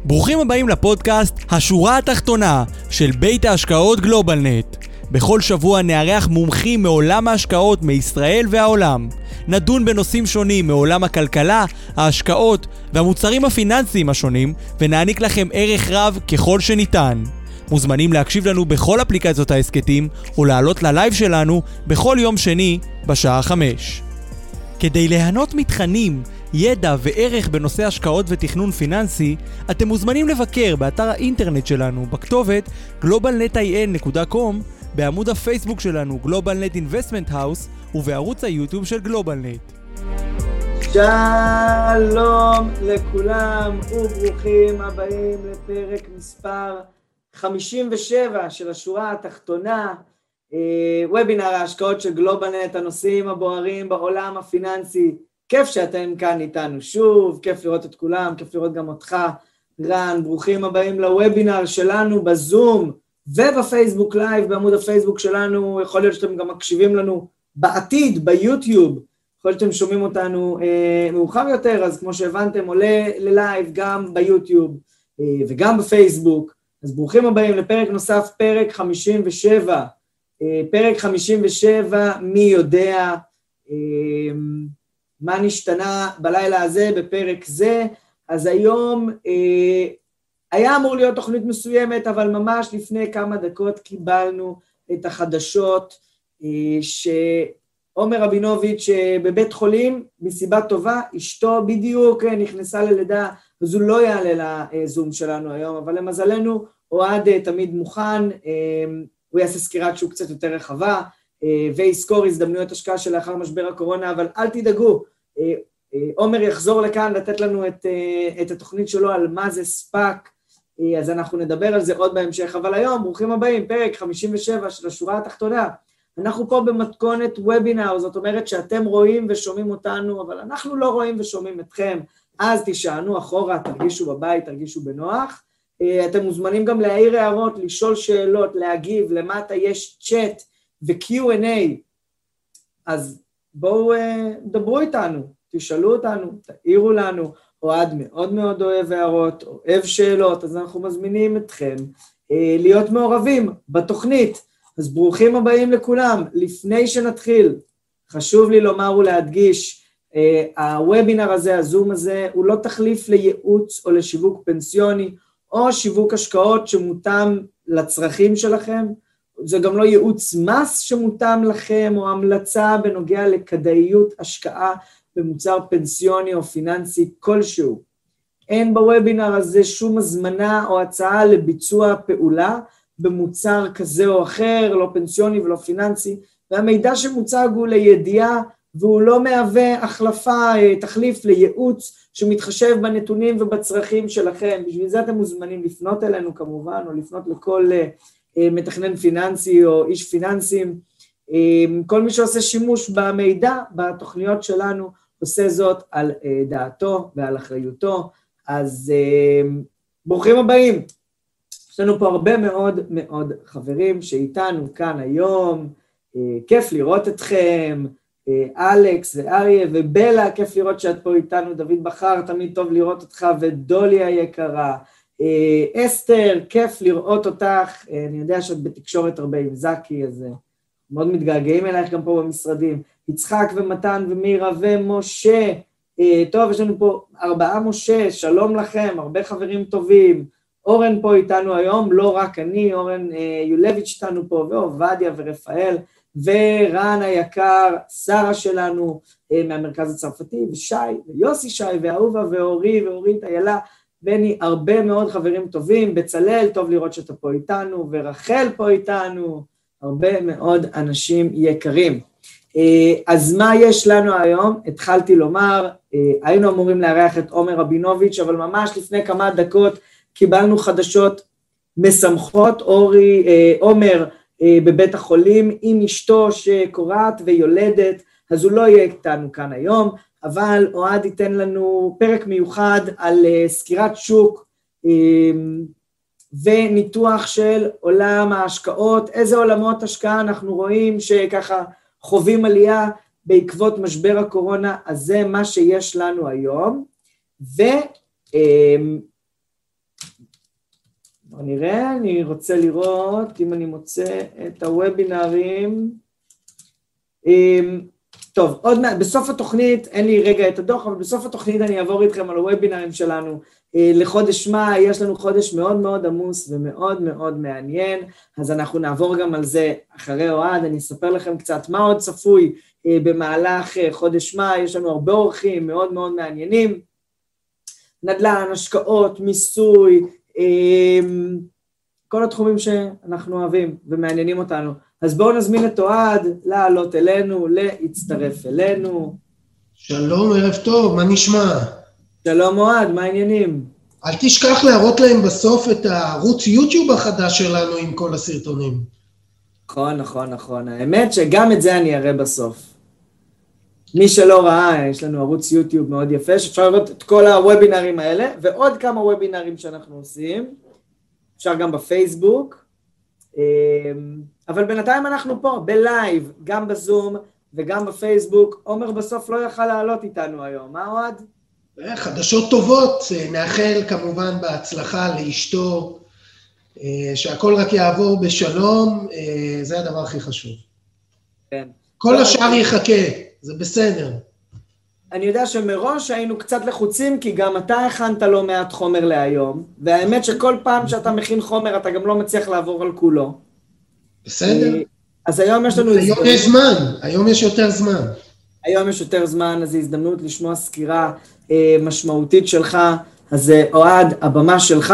ברוכים הבאים לפודקאסט השורה התחתונה של בית ההשקעות גלובלנט. בכל שבוע נארח מומחים מעולם ההשקעות מישראל והעולם. נדון בנושאים שונים מעולם הכלכלה, ההשקעות והמוצרים הפיננסיים השונים, ונעניק לכם ערך רב ככל שניתן. מוזמנים להקשיב לנו בכל אפליקציות העסקתים, או לעלות ללייב שלנו בכל יום שני בשעה 5. כדי ליהנות מתכנים, ידע וערך בנושא השקעות ותכנון פיננסי, אתם מוזמנים לבקר באתר האינטרנט שלנו בכתובת globalnetin.com, בעמוד הפייסבוק שלנו GlobalNet Investment House ובערוץ היוטיוב של גלובלנט. שלום לכולם וברוכים הבאים לפרק מספר 57 של השורה התחתונה, וובינר ההשקעות של גלובלנט, הנושאים הבוערים בעולם הפיננסי. כיף שאתם כאן איתנו שוב, כיף לראות את כולם, כיף לראות גם אותך, רן. ברוכים הבאים לוובינר שלנו בזום ובפייסבוק לייב, בעמוד הפייסבוק שלנו. יכול להיות שאתם גם מקשיבים לנו בעתיד ביוטיוב, יכול להיות שאתם שומעים אותנו מאוחר יותר, אז כמו שהבנתם עולה ללייב גם ביוטיוב וגם בפייסבוק. אז ברוכים הבאים לפרק נוסף, פרק 57. פרק 57, מי יודע מה נשתנה בלילה הזה בפרק זה. אז היום היה אמור להיות תוכנית מסוימת, אבל ממש לפני כמה דקות קיבלנו את החדשות שעומר רבינוביץ' בבית חולים מסיבה טובה, אשתו בדיוק נכנסה ללידה, אז הוא לא יעלה לזום שלנו היום, אבל למזלנו אוהד תמיד מוכן, הוא יעשה סקירת שוק קצת יותר רחבה, ויזכור הזדמנויות השקעה שלאחר משבר הקורונה, אבל אל תדאגו, עומר יחזור לכאן לתת לנו את התוכנית שלו על מה זה ספאק, אז אנחנו נדבר על זה עוד בהמשך. אבל היום, ברוכים הבאים, פרק 57 של השורה התחתונה. אנחנו פה במתכונת וובינר, זאת אומרת שאתם רואים ושומעים אותנו, אבל אנחנו לא רואים ושומעים אתכם, אז תישענו אחורה, תרגישו בבית, תרגישו בנוח. אתם מוזמנים גם להעיר הערות, לשאול שאלות, להגיב, למטה יש צ'אט ו-Q&A, אז בואו דברו איתנו, תשאלו אותנו, תעירו לנו. אוהד מאוד מאוד אוהב הערות, אוהב שאלות, אז אנחנו מזמינים אתכם להיות מעורבים בתוכנית. אז ברוכים הבאים לכולם. לפני שנתחיל, חשוב לי לומר ולהדגיש, הוובינר הזה, הזום הזה, הוא לא תחליף לייעוץ או לשיווק פנסיוני, או שיווק השקעות שמותאם לצרכים שלכם. זה גם לא ייעוץ מס שמותאם לכם, או המלצה בנוגע לכדאיות השקעה במוצר פנסיוני או פיננסי כלשהו. אין בוובינר הזה שום הזמנה או הצעה לביצוע פעולה במוצר כזה או אחר, לא פנסיוני ולא פיננסי, והמידע שמוצג הוא לידיעה, והוא לא מהווה החלפה, תחליף לייעוץ שמתחשב בנתונים ובצרכים שלכם. בשביל זה אתם מוזמנים לפנות אלינו כמובן, או לפנות לכל מתכנן פיננסי או איש פיננסים. כל מי שעושה שימוש במידע, בתוכניות שלנו, עושה זאת על דעתו ועל אחריותו. אז ברוכים הבאים. יש לנו פה הרבה מאוד מאוד חברים שאיתנו כאן היום. כיף לראות אתכם. אלכס ואריה ובלה, כיף לראות שאת פה איתנו. דוד בחר, תמיד טוב לראות אותך, ודולי היקרה. אסתר, כיף לראות אותך. אני יודע שאת בתקשורת הרבה עם זקי, אז מאוד מתגעגעים אלייך גם פה במשרדים. יצחק ומתן ומירה ומשה. טוב, יש לנו פה 4 משה, שלום לכם, הרבה חברים טובים. אורן פה איתנו היום, לא רק אני, אורן יולביץ' איתנו פה, ועובדיה ורפאל, ורן היקר, שרה שלנו מהמרכז הצרפתי, ושי, ויוסי שי, ואהובה, ואורית, איילה, בני, הרבה מאוד חברים טובים. בצלאל, טוב לראות שאתה פה איתנו, ורחל פה איתנו, הרבה מאוד אנשים יקרים. אז מה יש לנו היום? התחלתי לומר, היינו אמורים לארח את עומר רבינוביץ', אבל ממש לפני כמה דקות קיבלנו חדשות משמחות. עומר בבית החולים עם אשתו שקוראת ויולדת, אז הוא לא יהיה איתנו כאן היום, אבל אוהד ייתן לנו פרק מיוחד על סקירת שוק וניתוח של עולם ההשקעות, איזה עולמות השקעה אנחנו רואים שככה חווים עלייה בעקבות משבר הקורונה. אז זה מה שיש לנו היום. בוא נראה, אני רוצה לראות אם אני מוצא את הוובינרים. טוב, עוד מעט, בסוף התוכנית, אין לי רגע את הדוח, אבל בסוף התוכנית אני אעבור איתכם על הוובינרים שלנו. לחודש מאי, יש לנו חודש מאוד מאוד עמוס ומאוד מאוד מעניין, אז אנחנו נעבור גם על זה אחרי אוהד, אני אספר לכם קצת מה עוד צפוי במהלך חודש מאי, יש לנו הרבה אורחים מאוד מאוד מעניינים, נדל"ן, השקעות, מיסוי, כל התחומים שאנחנו אוהבים ומעניינים אותנו. אז בואו נזמין את אוהד לעלות אלינו, להצטרף אלינו. שלום, ערב טוב, מה נשמע? שלום אוהד, מה העניינים? אל תשכח להראות להם בסוף את הערוץ יוטיוב החדש שלנו עם כל הסרטונים. נכון. האמת שגם את זה אני אראה בסוף. מי שלא ראה, יש לנו ערוץ יוטיוב מאוד יפה, שאפשר לראות את כל הוובינרים האלה, ועוד כמה וובינרים שאנחנו עושים. אפשר גם בפייסבוק. אבל בינתיים אנחנו פה, בלייב, גם בזום וגם בפייסבוק. עומר בסוף לא יכל לעלות איתנו היום, מה עוד? חדשות טובות, נאחל כמובן בהצלחה לאשתו, שהכל רק יעבור בשלום, זה הדבר הכי חשוב. כן. כל השאר יחכה, זה בסדר. אני יודע שמראש היינו קצת לחוצים, כי גם אתה הכנת לא מעט חומר להיום, והאמת שכל פעם שאתה מכין חומר, אתה גם לא מצליח לעבור על כולו. בסדר. אז היום יש לנו... היום יש זמן, היום יש יותר זמן. היום יש יותר זמן, אז זו הזדמנות לשמוע סקירה משמעותית שלך, אז אוהד, הבמה שלך.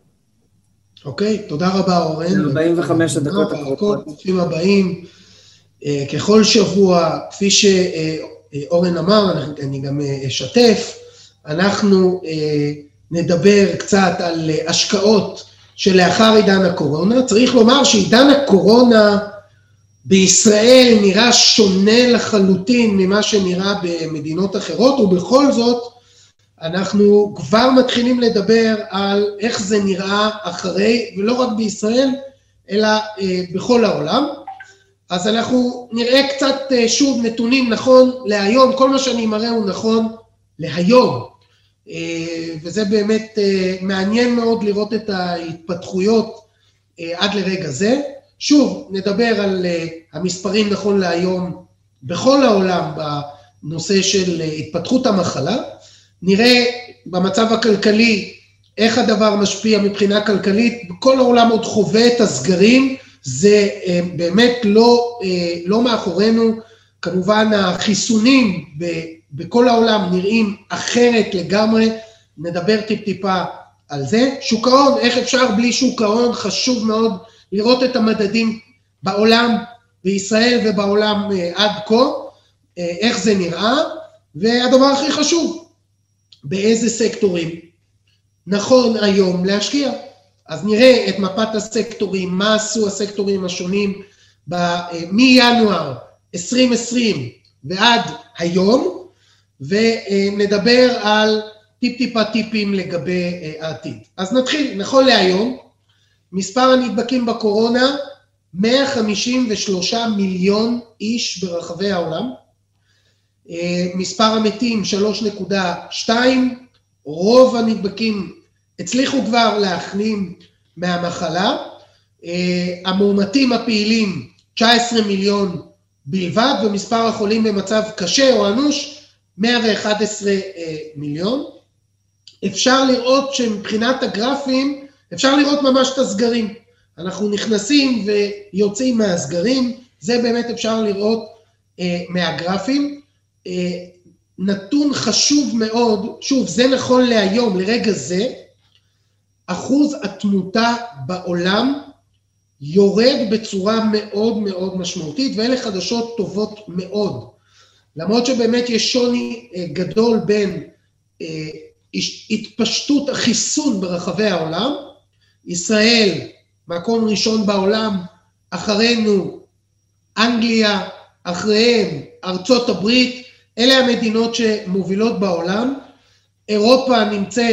אוקיי, תודה רבה אורן. 45 הדקות הקרובות. ברוכים הבאים, ככל שבוע, כפי שאורן אמר, אני גם אשתף, אנחנו נדבר קצת על השקעות שלאחר עידן הקורונה. צריך לומר שעידן הקורונה בישראל נראה שונה לחלוטין ממה שנראה במדינות אחרות, ובכל זאת אנחנו כבר מתחילים לדבר על איך זה נראה אחרי, ולא רק בישראל, אלא בכל העולם. אז אנחנו נראה קצת שוב נתונים נכון להיום, כל מה שאני מראה הוא נכון להיום, וזה באמת מעניין מאוד לראות את ההתפתחויות עד לרגע זה. שוב, נדבר על המספרים נכון להיום בכל העולם בנושא של התפתחות המחלה, נראה במצב הכלכלי איך הדבר משפיע מבחינה כלכלית, בכל העולם עוד חווה את הסגרים, זה באמת לא מאחורינו, כמובן החיסונים בכל העולם נראים אחרת לגמרי, נדבר טיפה על זה. שוק ההון, איך אפשר בלי שוק ההון, חשוב מאוד לראות את המדדים בעולם, בישראל ובעולם עד כה, איך זה נראה, והדבר הכי חשוב, באיזה סקטורים נכון היום להשקיע. אז נראה את מפת הסקטורים, מה עשו הסקטורים השונים מינואר 2020 ועד היום, ונדבר על טיפים לגבי העתיד. אז נתחיל, נכון להיום, מספר הנדבקים בקורונה, 153 מיליון איש ברחבי העולם, מספר המתים 3.2, רוב הנדבקים הצליחו כבר להחלים מהמחלה, המאומתים הפעילים 19 מיליון בלבד, ומספר החולים במצב קשה או אנוש 111 מיליון. אפשר לראות שמבחינת הגרפים, אפשר לראות ממש את הסגרים. אנחנו נכנסים ויוצאים מהסגרים, זה באמת אפשר לראות מהגרפים. נתון חשוב מאוד, שוב, זה נכון להיום, לרגע זה, אחוז התמותה בעולם יורד בצורה מאוד מאוד משמעותית, ואלה חדשות טובות מאוד. למרות שבאמת יש שוני גדול בין התפשטות החיסון ברחבי העולם, ישראל מקום ראשון בעולם, אחרינו אנגליה, אחריהם ארצות הברית, אלה המדינות שמובילות בעולם. אירופה נמצאת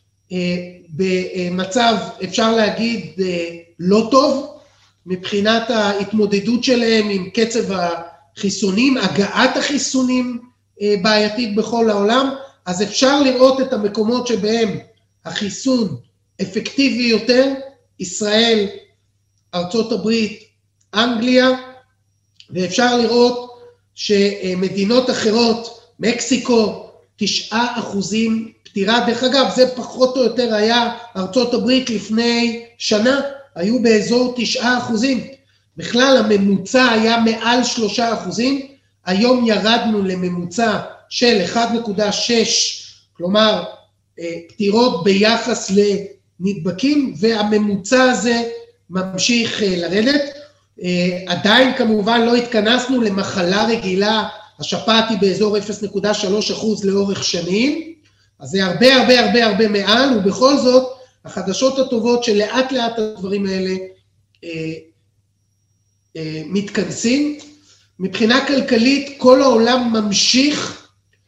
במצב, אפשר להגיד, לא טוב, מבחינת ההתמודדות שלהם עם קצב החיסונים, הגעת החיסונים בעייתית בכל העולם, אז אפשר לראות את המקומות שבהם החיסון אפקטיבי יותר, ישראל, ארצות הברית, אנגליה, ואפשר לראות שמדינות אחרות, מקסיקו, 9% פטירה. דרך אגב, זה פחות או יותר היה ארצות הברית לפני שנה, היו באזור 9%. בכלל הממוצע היה מעל 3%, היום ירדנו לממוצע של 1.6, כלומר פטירות ביחס לנדבקים, והממוצע הזה ממשיך לרדת. עדיין כמובן לא התכנסנו למחלה רגילה, השפעת היא באזור 0.3% לאורך שנים, אז זה הרבה הרבה הרבה הרבה מעל, ובכל זאת החדשות הטובות שלאט לאט הדברים האלה מתכנסים. מבחינה כלכלית כל העולם ממשיך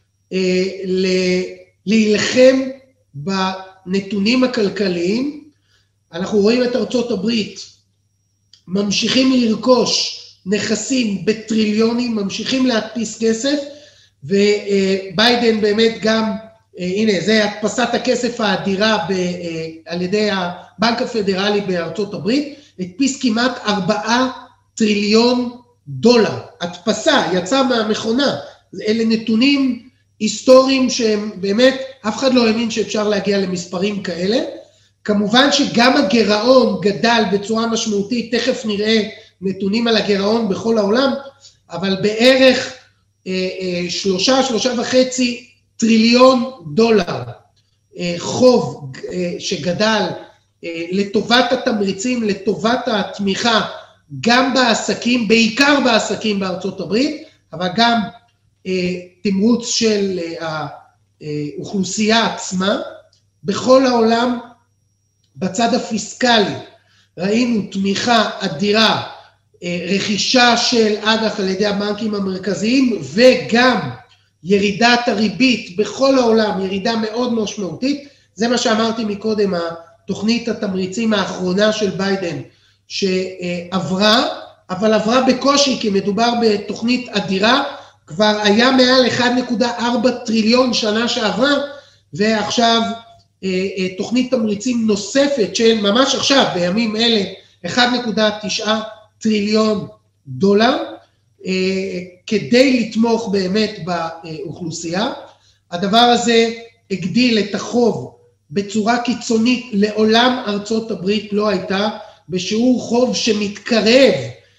להילחם בנתונים הכלכליים. אנחנו רואים את ארצות הברית ממשיכים לרכוש נכסים בטריליונים, ממשיכים להדפיס כסף, וביידן באמת גם, הנה זה הדפסת הכסף האדירה על ידי הבנק הפדרלי בארצות הברית, הדפיס כמעט 4 טריליון דולר, הדפסה, יצא מהמכונה. אלה נתונים היסטוריים שהם באמת, אף אחד לא האמין שאפשר להגיע למספרים כאלה. כמובן שגם הגירעון גדל בצורה משמעותית, תכף נראה נתונים על הגירעון בכל העולם, אבל בערך 3.5 טריליון דולר חוב שגדל לטובת התמריצים, לטובת התמיכה, גם בעסקים, בעיקר בעסקים בארצות הברית, אבל גם תמרוץ של האוכלוסייה עצמה. בכל העולם, בצד הפיסקלי, ראינו תמיכה אדירה, רכישה של אג"ח על ידי הבנקים המרכזיים, וגם ירידת הריבית בכל העולם, ירידה מאוד משמעותית. זה מה שאמרתי מקודם, התוכנית התמריצים האחרונה של ביידן, שעברה, אבל עברה בקושי, כי מדובר בתוכנית אדירה, כבר היה מעל 1.4 טריליון שנה שעברה, ועכשיו תוכנית תמריצים נוספת של ממש עכשיו, בימים אלה, 1.9 טריליון דולר, כדי לתמוך באמת באוכלוסייה. הדבר הזה הגדיל את החוב בצורה קיצונית, לעולם ארצות הברית לא הייתה, בשיעור חוב שמתקרב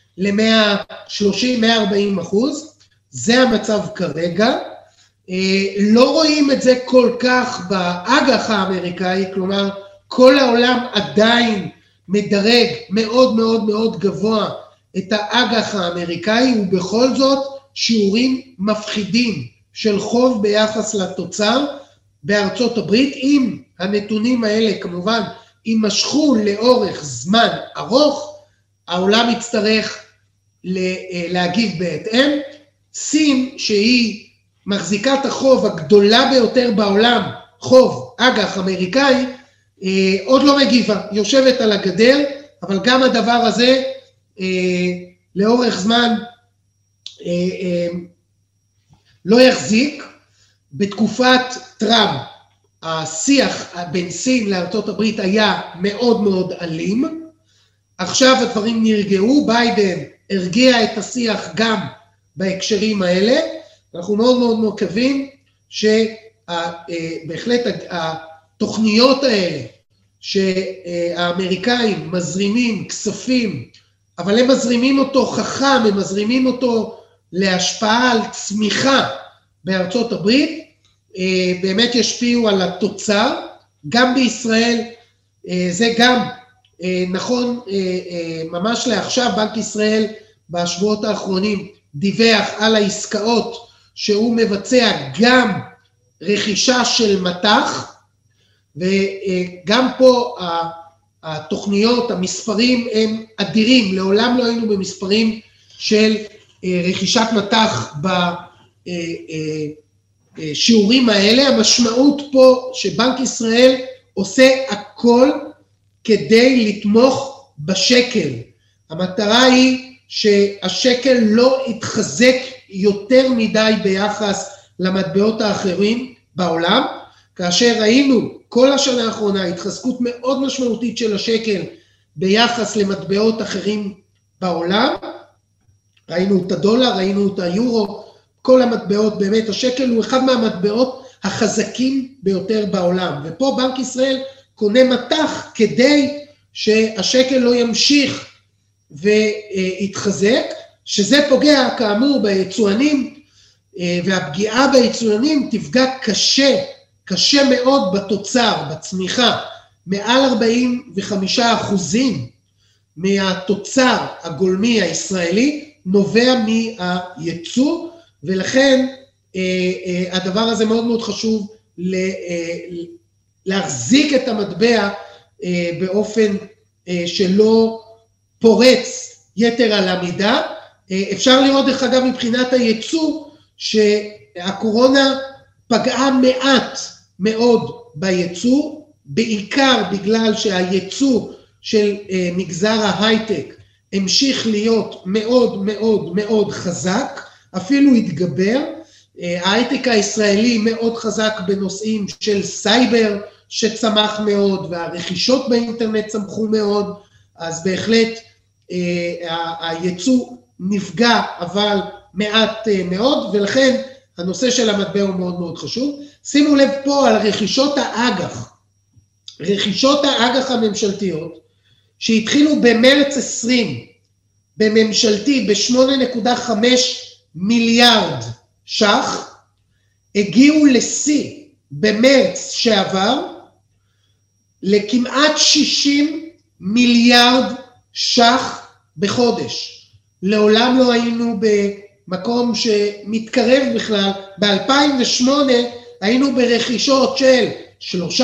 ל-130-140%, זה המצב כרגע. לא רואים את זה כל כך באג"ח האמריקאי, כלומר כל העולם עדיין מדרג מאוד מאוד מאוד גבוה את האג"ח האמריקאי, ובכל זאת שיעורים מפחידים של חוב ביחס לתוצר בארצות הברית. אם הנתונים האלה כמובן יימשכו לאורך זמן ארוך, העולם יצטרך להגיב בהתאם. סין, שהיא מחזיקת החוב הגדולה ביותר בעולם, חוב אג"ח אמריקאי, עוד לא מגיבה, יושבת על הגדר, אבל גם הדבר הזה לאורך זמן לא יחזיק. בתקופת טראמפ השיח בין סין לארצות הברית היה מאוד מאוד אלים, עכשיו הדברים נרגעו, ביידן הרגיע את השיח גם בהקשרים האלה, אנחנו מאוד מאוד מקווים שבהחלט התוכניות האלה שהאמריקאים מזרימים כספים, אבל הם מזרימים אותו חכם, הם מזרימים אותו להשפעה על צמיחה בארצות הברית, באמת ישפיעו על התוצר. גם בישראל, זה גם נכון, ממש לעכשיו בנק ישראל בשבועות האחרונים דיווח על העסקאות שהוא מבצע, גם רכישה של מטח, וגם פה התוכניות, המספרים הם אדירים, לעולם לא היינו במספרים של רכישת מטח בשיעורים האלה. המשמעות פה שבנק ישראל עושה הכל כדי לתמוך בשקל. המטרה היא שהשקל לא יתחזק יותר מדי ביחס למטבעות האחרים בעולם, כאשר ראינו כל השנה האחרונה התחזקות מאוד משמעותית של השקל ביחס למטבעות אחרים בעולם, ראינו את הדולר, ראינו את היורו, כל המטבעות, באמת השקל הוא אחד מהמטבעות החזקים ביותר בעולם, ופה בנק ישראל קונה מטח כדי שהשקל לא ימשיך ויתחזק, שזה פוגע כאמור ביצואנים, והפגיעה ביצואנים תפגע קשה מאוד בתוצר, בצמיחה, מעל 45% מהתוצר הגולמי הישראלי נובע מהייצוא, ולכן הדבר הזה מאוד מאוד חשוב להחזיק את המטבע באופן שלא פורץ יתר על המידה. אפשר לראות דרך אגב מבחינת הייצוא שהקורונה פגעה מעט מאוד בייצוא, בעיקר בגלל שהייצוא של מגזר ההייטק המשיך להיות מאוד מאוד מאוד חזק, אפילו התגבר. ההייטק הישראלי מאוד חזק בנושאים של סייבר שצמח מאוד, והרכישות באינטרנט צמחו מאוד, אז בהחלט הייצוא נפגע אבל מעט מאוד, ולכן הנושא של המטבע הוא מאוד מאוד חשוב. שימו לב פה על רכישות האג"ח, רכישות האג"ח הממשלתיות שהתחילו במרץ 20 בממשלתי ב-8.5 מיליארד ש"ח, הגיעו לשיא במרץ שעבר לכמעט 60 מיליארד ש"ח בחודש. לעולם לא היינו במקום שמתקרב בכלל. ב-2008 היינו ברכישות של 3,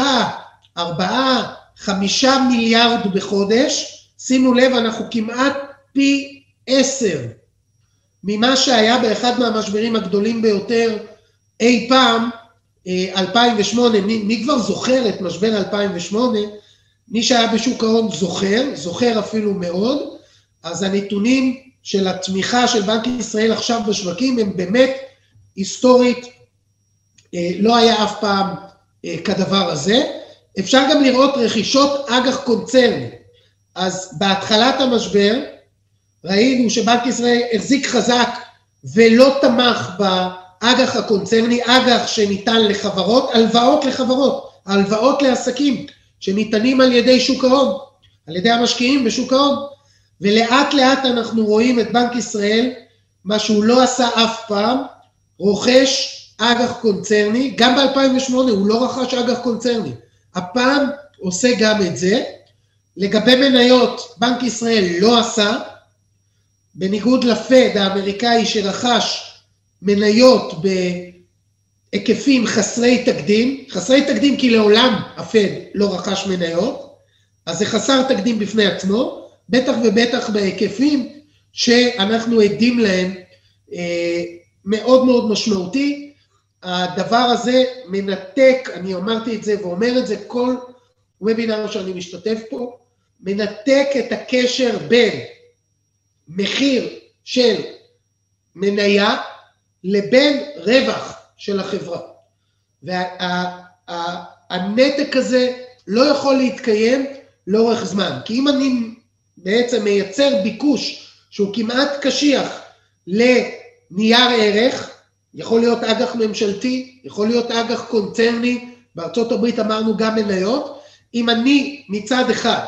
4, 5 מיליארד בחודש. שימו לב, אנחנו כמעט פי 10 ממה שהיה באחד מהמשברים הגדולים ביותר אי פעם, 2008. מי כבר זוכר את משבר 2008? מי שהיה בשוק ההון זוכר אפילו מאוד. אז הנתונים של התמיכה של בנק ישראל עכשיו בשווקים הם באמת היסטורית, לא היה אף פעם כדבר הזה. אפשר גם לראות רכישות אג"ח קונצרני. אז בהתחלת המשבר ראינו שבנק ישראל החזיק חזק ולא תמך באג"ח הקונצרני, אג"ח שניתן לחברות, הלוואות לחברות, הלוואות לעסקים שניתנים על ידי שוק ההון, על ידי המשקיעים בשוק ההון. ולאט לאט אנחנו רואים את בנק ישראל, מה שהוא לא עשה אף פעם, רוכש אג"ח קונצרני. גם ב-2008 הוא לא רכש אג"ח קונצרני, הפעם עושה גם את זה. לגבי מניות, בנק ישראל לא עשה, בניגוד לפד האמריקאי שרכש מניות בהיקפים חסרי תקדים כי לעולם הפד לא רכש מניות, אז זה חסר תקדים בפני עצמו, בטח ובטח בהיקפים שאנחנו עדים להם מאוד מאוד משמעותי. הדבר הזה מנתק, אני אמרתי את זה ואומר את זה כל וובינר שאני משתתף פה, מנתק את הקשר בין מחיר של מניה לבין רווח של החברה. והנתק הזה לא יכול להתקיים לאורך זמן, כי אם אני בעצם מייצר ביקוש שהוא כמעט קשיח לנייר ערך, יכול להיות אג"ח ממשלתי, יכול להיות אג"ח קונצרני, בארצות הברית אמרנו גם מניות. אם אני מצד אחד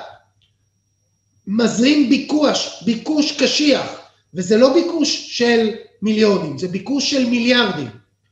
מזרים ביקוש קשיח, וזה לא ביקוש של מיליונים, זה ביקוש של מיליארדים,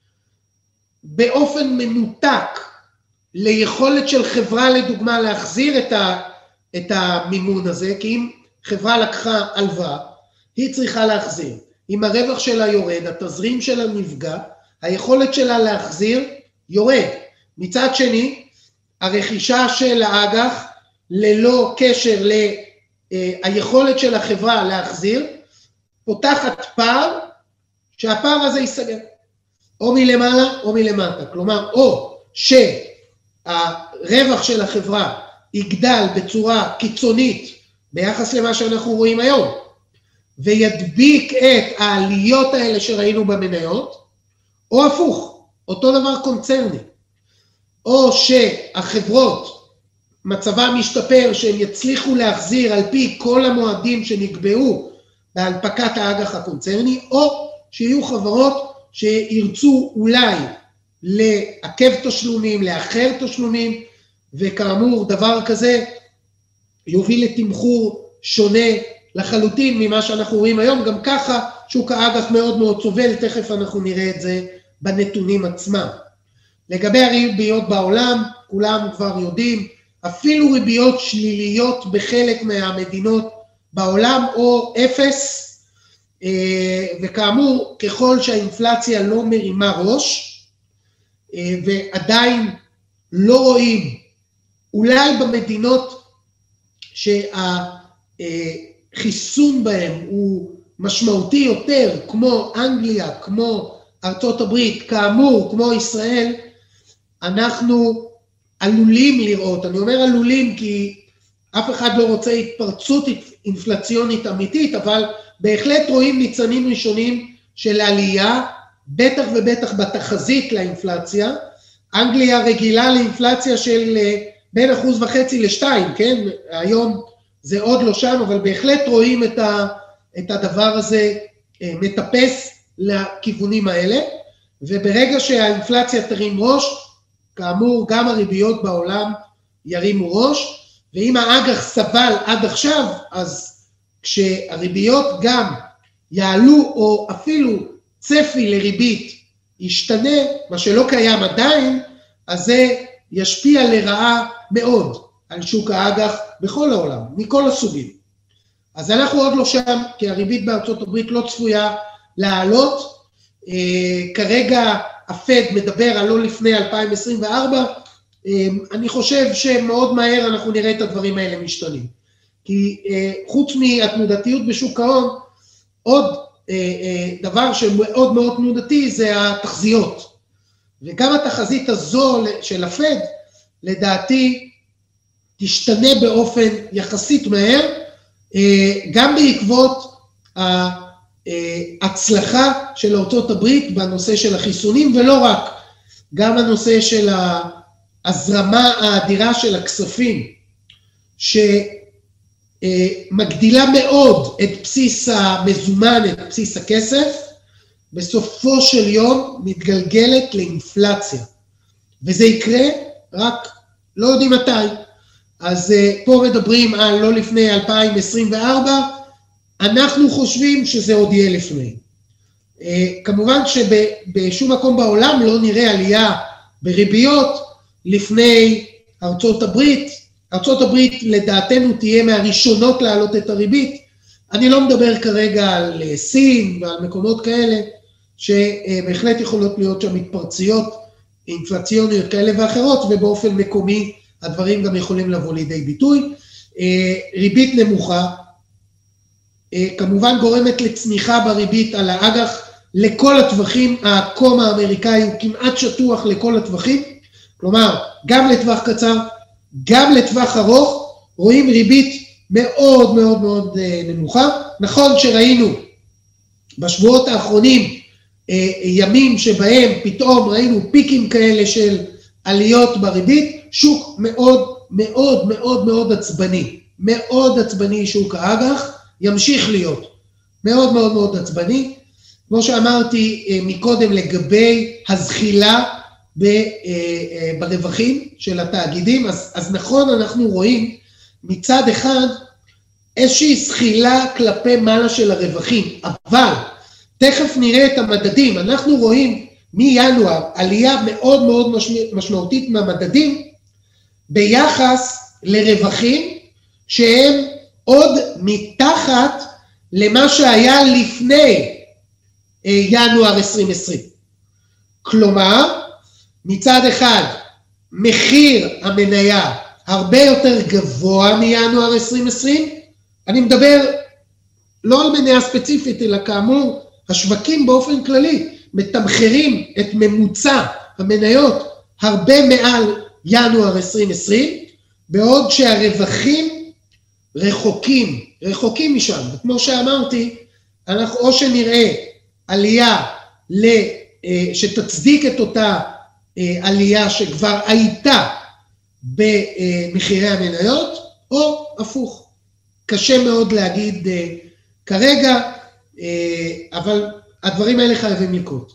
באופן מנותק ליכולת של חברה לדוגמה להחזיר את המימון הזה, כי אם חברה לקחה הלוואה, היא צריכה להחזיר. אם הרווח שלה יורד, התזרים שלה נפגע, היכולת שלה להחזיר יורד. מצד שני, הרכישה של האג"ח ללא קשר ליכולת של החברה להחזיר, פותחת פער, שהפער הזה ייסגר. או מלמעלה או מלמטה. כלומר, או שהרווח של החברה יגדל בצורה קיצונית ביחס למה שאנחנו רואים היום, וידביק את העליות האלה שראינו במניות, או הפוך, אותו דבר קונצרני, או שהחברות מצבם משתפר, שהם יצליחו להחזיר על פי כל המועדים שנקבעו בהנפקת האג"ח הקונצרני, או שיהיו חברות שירצו אולי לעכב תשלומים, לאחר תשלומים, וכאמור דבר כזה יוביל לתמחור שונה לחלוטין ממה שאנחנו רואים היום. גם ככה שוק האג"ח מאוד מאוד סובל, תכף אנחנו נראה את זה בנתונים עצמם. לגבי הריביות בעולם, כולם כבר יודעים, אפילו ריביות שליליות בחלק מהמדינות בעולם או אפס, וכאמור ככל שהאינפלציה לא מרימה ראש, ועדיין לא רואים, אולי במדינות שהחיסון בהם הוא משמעותי יותר, כמו אנגליה, כמו ארצות הברית, כאמור, כמו ישראל, אנחנו עלולים לראות, אני אומר עלולים כי אף אחד לא רוצה התפרצות אינפלציונית אמיתית, אבל בהחלט רואים ניצנים ראשונים של עלייה, בטח ובטח בתחזית לאינפלציה. אנגליה רגילה לאינפלציה של בין 1.5% ל2%, כן? היום זה עוד לא שם, אבל בהחלט רואים את הדבר הזה מטפס לכיוונים האלה, וברגע שהאינפלציה תרים ראש, כאמור גם הריביות בעולם ירימו ראש, ואם האג"ח סבל עד עכשיו, אז כשהריביות גם יעלו או אפילו צפי לריבית ישתנה, מה שלא קיים עדיין, אז זה ישפיע לרעה מאוד על שוק האג"ח בכל העולם, מכל הסוגים. אז אנחנו עוד לא שם, כי הריבית בארצות הברית לא צפויה לעלות, כרגע הפד מדבר על לא לפני 2024, אני חושב שמאוד מהר אנחנו נראה את הדברים האלה משתנים. כי חוץ מהתנודתיות בשוק ההון, עוד דבר שמאוד מאוד תנודתי זה התחזיות. וגם התחזית הזו של הפד, לדעתי, תשתנה באופן יחסית מהר, גם בעקבות ההצלחה של ארצות הברית בנושא של החיסונים, ולא רק, גם הנושא של ההזרמה האדירה של הכספים, שמגדילה מאוד את בסיס המזומן, את בסיס הכסף, בסופו של יום מתגלגלת לאינפלציה. וזה יקרה רק לא יודעים מתי. אז פה מדברים על לא לפני 2024, אנחנו חושבים שזה עוד יהיה לפני. כמובן שבשום מקום בעולם לא נראה עלייה בריביות לפני ארצות הברית. ארצות הברית לדעתנו תהיה מהראשונות להעלות את הריבית. אני לא מדבר כרגע על סין ועל מקומות כאלה, שבהחלט יכולות להיות שם התפרציות אינפלציוניות כאלה ואחרות, ובאופן מקומי הדברים גם יכולים לבוא לידי ביטוי. ריבית נמוכה, כמובן גורמת לצמיחה בריבית על האג"ח לכל הטווחים, הקום האמריקאי הוא כמעט שטוח לכל הטווחים, כלומר גם לטווח קצר, גם לטווח ארוך, רואים ריבית מאוד מאוד מאוד נמוכה. נכון שראינו בשבועות האחרונים ימים שבהם פתאום ראינו פיקים כאלה של עליות בריבית, שוק מאוד מאוד מאוד מאוד עצבני, מאוד עצבני שוק האג"ח, ימשיך להיות מאוד מאוד מאוד עצבני, כמו שאמרתי מקודם לגבי הזחילה ברווחים של התאגידים, אז נכון אנחנו רואים מצד אחד איזושהי זחילה כלפי מעלה של הרווחים, אבל תכף נראה את המדדים, אנחנו רואים מינואר עלייה מאוד מאוד משמעותית מהמדדים, ביחס לרווחים שהם עוד מתחת למה שהיה לפני ינואר 2020. כלומר, מצד אחד, מחיר המניה הרבה יותר גבוה מינואר 2020, אני מדבר לא על מניה ספציפית, אלא כאמור, השווקים באופן כללי מתמחרים את ממוצע המניות הרבה מעל ינואר 2020, בעוד שהרווחים רחוקים משם. וכמו שאמרתי, אנחנו או שנראה עלייה שתצדיק את אותה עלייה שכבר הייתה במחירי המניות, או הפוך. קשה מאוד להגיד כרגע, אבל הדברים האלה חייבים לקרות.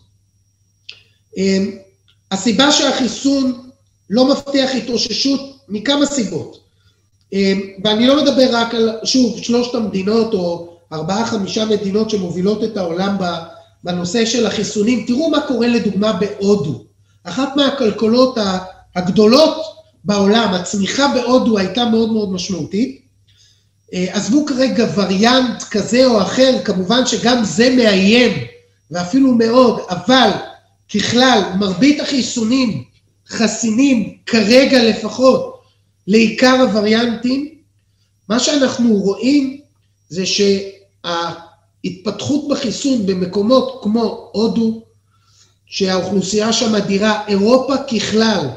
הסיבה שהחיסון לא מבטיח התאוששות מכמה סיבות, ואני לא מדבר רק על, שוב, 3 המדינות או 4-5 מדינות שמובילות את העולם בנושא של החיסונים. תראו מה קורה לדוגמה בהודו, אחת מהכלכלות הגדולות בעולם. הצמיחה בהודו הייתה מאוד מאוד משמעותית, עזבו כרגע וריאנט כזה או אחר, כמובן שגם זה מאיים ואפילו מאוד, אבל ככלל מרבית החיסונים חסינים כרגע לפחות לעיקר הווריאנטים. מה שאנחנו רואים זה שההתפתחות בחיסון במקומות כמו הודו, שהאוכלוסייה שם אדירה, אירופה ככלל,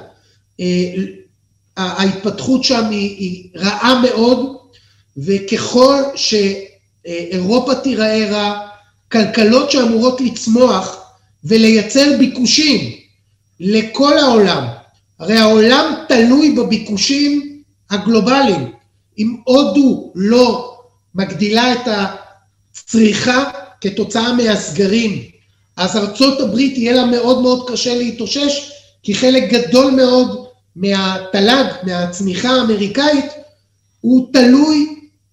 ההתפתחות שם היא רעה מאוד, וככל שאירופה תיראה רע, כלכלות שאמורות לצמוח ולייצר ביקושים לכל העולם, הרי העולם תלוי בביקושים הגלובליים. אם הודו לא מגדילה את הצריכה כתוצאה מהסגרים, אז ארצות הברית יהיה לה מאוד מאוד קשה להתאושש, כי חלק גדול מאוד מהתל"ג, מהצמיחה האמריקאית, הוא תלוי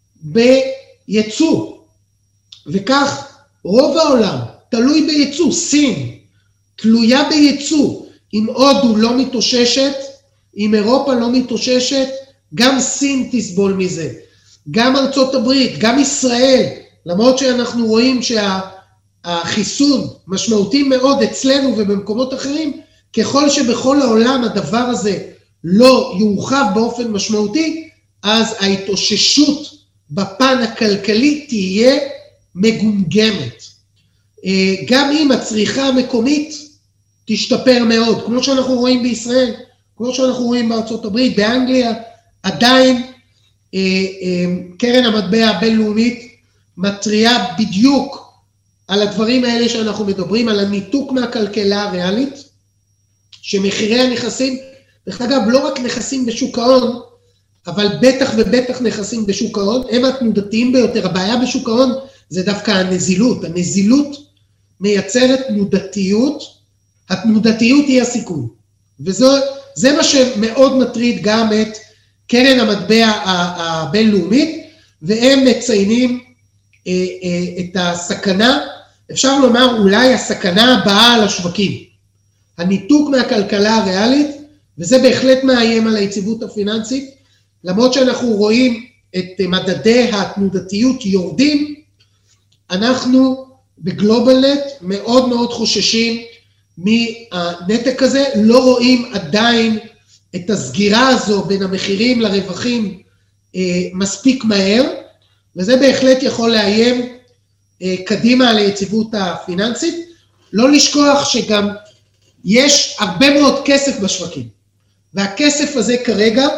בייצוא, וכך רוב העולם תלוי בייצוא. סין תלויה בייצוא. אם הודו לא מתאוששת, אם אירופה לא מתאוששת, גם סין תסבול מזה, גם ארצות הברית, גם ישראל, למרות שאנחנו רואים שהחיסון משמעותי מאוד אצלנו ובמקומות אחרים, ככל שבכל העולם הדבר הזה לא יורחב באופן משמעותי, אז ההתאוששות בפן הכלכלי תהיה מגומגמת. גם אם הצריכה המקומית תשתפר מאוד, כמו שאנחנו רואים בישראל, כמו שאנחנו רואים בארצות הברית, באנגליה, עדיין קרן המטבע הבינלאומית מטריעה בדיוק על הדברים האלה שאנחנו מדברים, על הניתוק מהכלכלה הריאלית, שמחירי הנכסים, דרך אגב לא רק נכסים בשוק ההון, אבל בטח ובטח נכסים בשוק ההון, הם התנודתיים ביותר. הבעיה בשוק ההון זה דווקא הנזילות. הנזילות מייצרת תנודתיות, התנודתיות היא הסיכון. וזה מה שמאוד מטריד גם את קרן המטבע הבינלאומית, והם מציינים את הסכנה, אפשר לומר אולי הסכנה הבאה על השווקים. הניתוק מהכלכלה הריאלית, וזה בהחלט מאיים על היציבות הפיננסית, למרות שאנחנו רואים את מדדי התנודתיות יורדים, אנחנו בגלובלנט מאוד מאוד חוששים מהנתק הזה, לא רואים עדיין את הסגירה הזו בין המחירים לרווחים מספיק מהר, וזה בהחלט יכול לאיים קדימה על היציבות הפיננסית. לא לשכוח שגם יש הרבה מאוד כסף בשווקים, והכסף הזה כרגע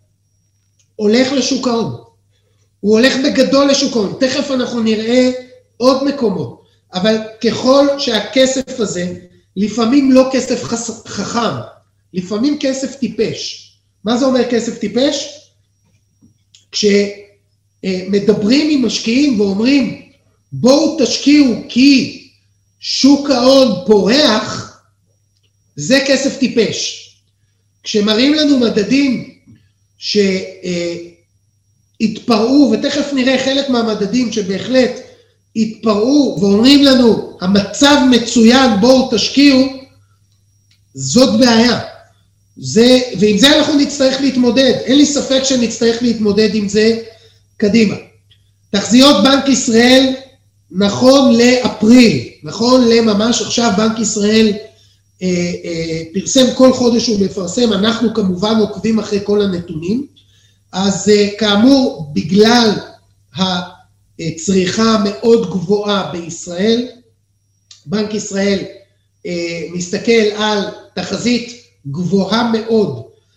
הולך לשוק ההון, הוא הולך בגדול לשוק ההון, תכף אנחנו נראה עוד מקומות, אבל ככל שהכסף הזה, לפעמים לא כסף חכם, לפעמים כסף טיפש. מה זה אומר כסף טיפש? כשמדברים עם משקיעים ואומרים, בואו תשקיעו כי שוק ההון פורח, זה כסף טיפש. כשמראים לנו מדדים שהתפרעו, ותכף נראה חלק מהמדדים שבהחלט התפרעו, ואומרים לנו, המצב מצוין, בואו תשקיעו, זאת בעיה. ועם זה אנחנו נצטרך להתמודד, אין לי ספק שנצטרך להתמודד עם זה קדימה. תחזיות בנק ישראל, נכון לאפריל, נכון לממש עכשיו בנק ישראל פרסם כל חודש הוא מפרסם, אנחנו כמובן עוקבים אחרי כל הנתונים, אז כאמור בגלל הצריכה מאוד גבוהה בישראל, בנק ישראל מסתכל על תחזית גבוהה מאוד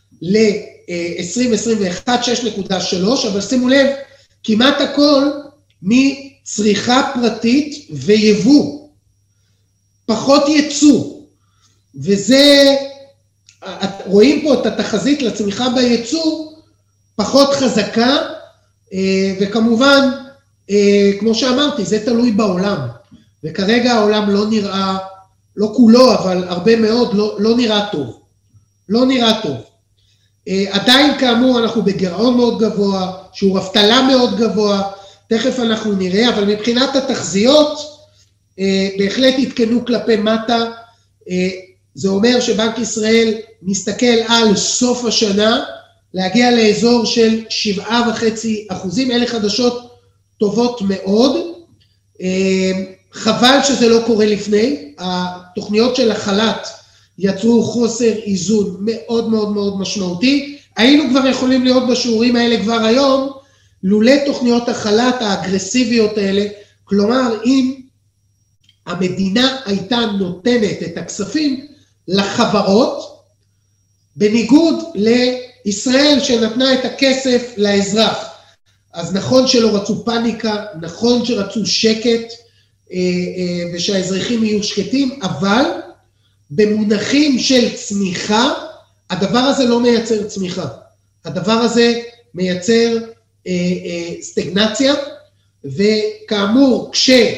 ל-2021, 6.3, אבל שימו לב, כמעט הכל מצריכה פרטית ויבוא, פחות ייצוא, וזה רואים פה את התחזית לצמיחה בייצור פחות חזקה, וכמובן, כמו שאמרתי, זה תלוי בעולם, וכרגע העולם לא נראה, לא כולו, אבל הרבה מאוד, לא נראה טוב. לא נראה טוב. עדיין כאמור אנחנו בגירעון מאוד גבוה, שיעור אבטלה מאוד גבוה, תכף אנחנו נראה, אבל מבחינת התחזיות, בהחלט התקנו כלפי מטה, זה אומר שבנק ישראל מסתכל על סוף השנה, להגיע לאזור של 7.5%, אלה חדשות טובות מאוד, חבל שזה לא קורה לפני, התוכניות של החל"ת יצרו חוסר איזון מאוד מאוד מאוד משמעותי, היינו כבר יכולים להיות בשיעורים האלה כבר היום, לולא תוכניות החל"ת האגרסיביות האלה, כלומר אם המדינה הייתה נותנת את הכספים לחברות, בניגוד לישראל שנתנה את הכסף לאזרח, אז נכון שלא רצו פאניקה, נכון שרצו שקט, ושהאזרחים יהיו שקטים, אבל במונחים של צמיחה, הדבר הזה לא מייצר צמיחה. הדבר הזה מייצר סטגנציה, וכאמור,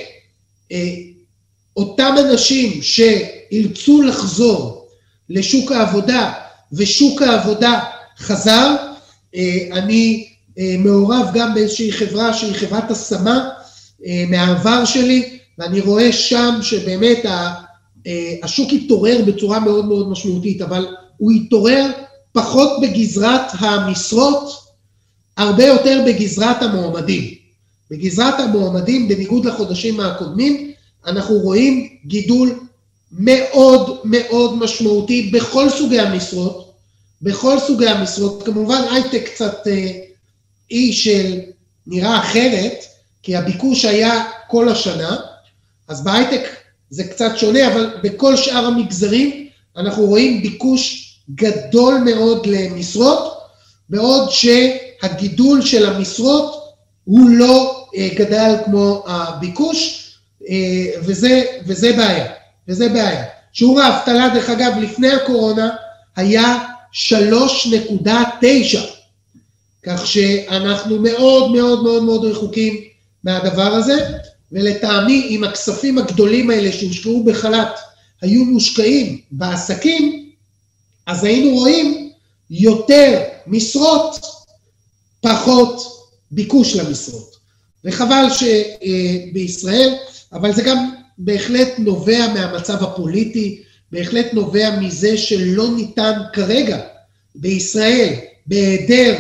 כשאותם אנשים שאילצו לחזור לשוק העבודה, ושוק העבודה חזר, אני מעורב גם באיזושהי חברה שהיא חברת השמה מהעבר שלי, ואני רואה שם שבאמת השוק יתעורר בצורה מאוד מאוד משמעותית, אבל הוא יתעורר פחות בגזרת המשרות, הרבה יותר בגזרת המועמדים. בגזרת המועמדים, בניגוד לחודשים הקודמים, אנחנו רואים גידול מאוד מאוד משמעותי בכל סוגי המשרות, בכל סוגי המשרות, כמובן הייטק קצת אי של נראה אחרת, כי הביקוש היה כל השנה, אז בהייטק זה קצת שונה, אבל בכל שאר המגזרים אנחנו רואים ביקוש גדול מאוד למשרות, בעוד שהגידול של המשרות הוא לא גדל כמו הביקוש, וזה בעיה, וזה בעיה. שיעור האבטלה דרך אגב לפני הקורונה היה 3.9, כך שאנחנו מאוד מאוד מאוד מאוד רחוקים מהדבר הזה, ולטעמי אם הכספים הגדולים האלה שהושקעו בחל"ת היו מושקעים בעסקים, אז היינו רואים יותר משרות, פחות ביקוש למשרות. וחבל שבישראל, אבל זה גם בהחלט נובע מהמצב הפוליטי, בהחלט נובע מזה שלא ניתן כרגע בישראל, בהיעדר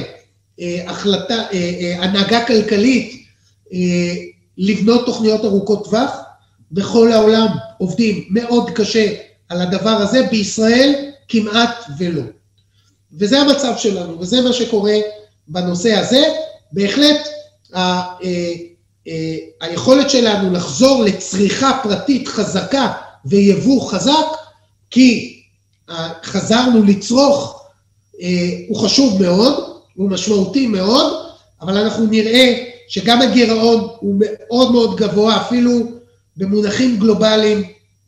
הנהגה כלכלית, לבנות תוכניות ארוכות טווח. בכל העולם עובדים מאוד קשה על הדבר הזה, בישראל כמעט ולא. וזה המצב שלנו, וזה מה שקורה בנושא הזה. בהחלט היכולת שלנו לחזור לצריכה פרטית חזקה ויבוא חזק, כי חזרנו לצרוך, הוא חשוב מאוד, הוא משמעותי מאוד, אבל אנחנו נראה שגם הגירעון הוא מאוד מאוד גבוה, אפילו במונחים גלובליים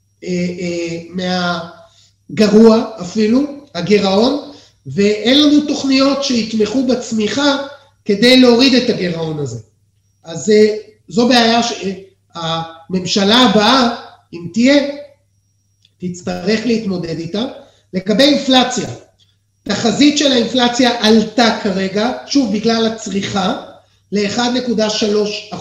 מהגרוע אפילו, הגירעון, ואין לנו תוכניות שיתמכו בצמיחה כדי להוריד את הגירעון הזה. אז זו בעיה שהממשלה הבאה, אם תהיה, תצטרך להתמודד איתה. לגבי אינפלציה, תחזית של האינפלציה עלתה כרגע, שוב בגלל הצריכה, ל-1.3%.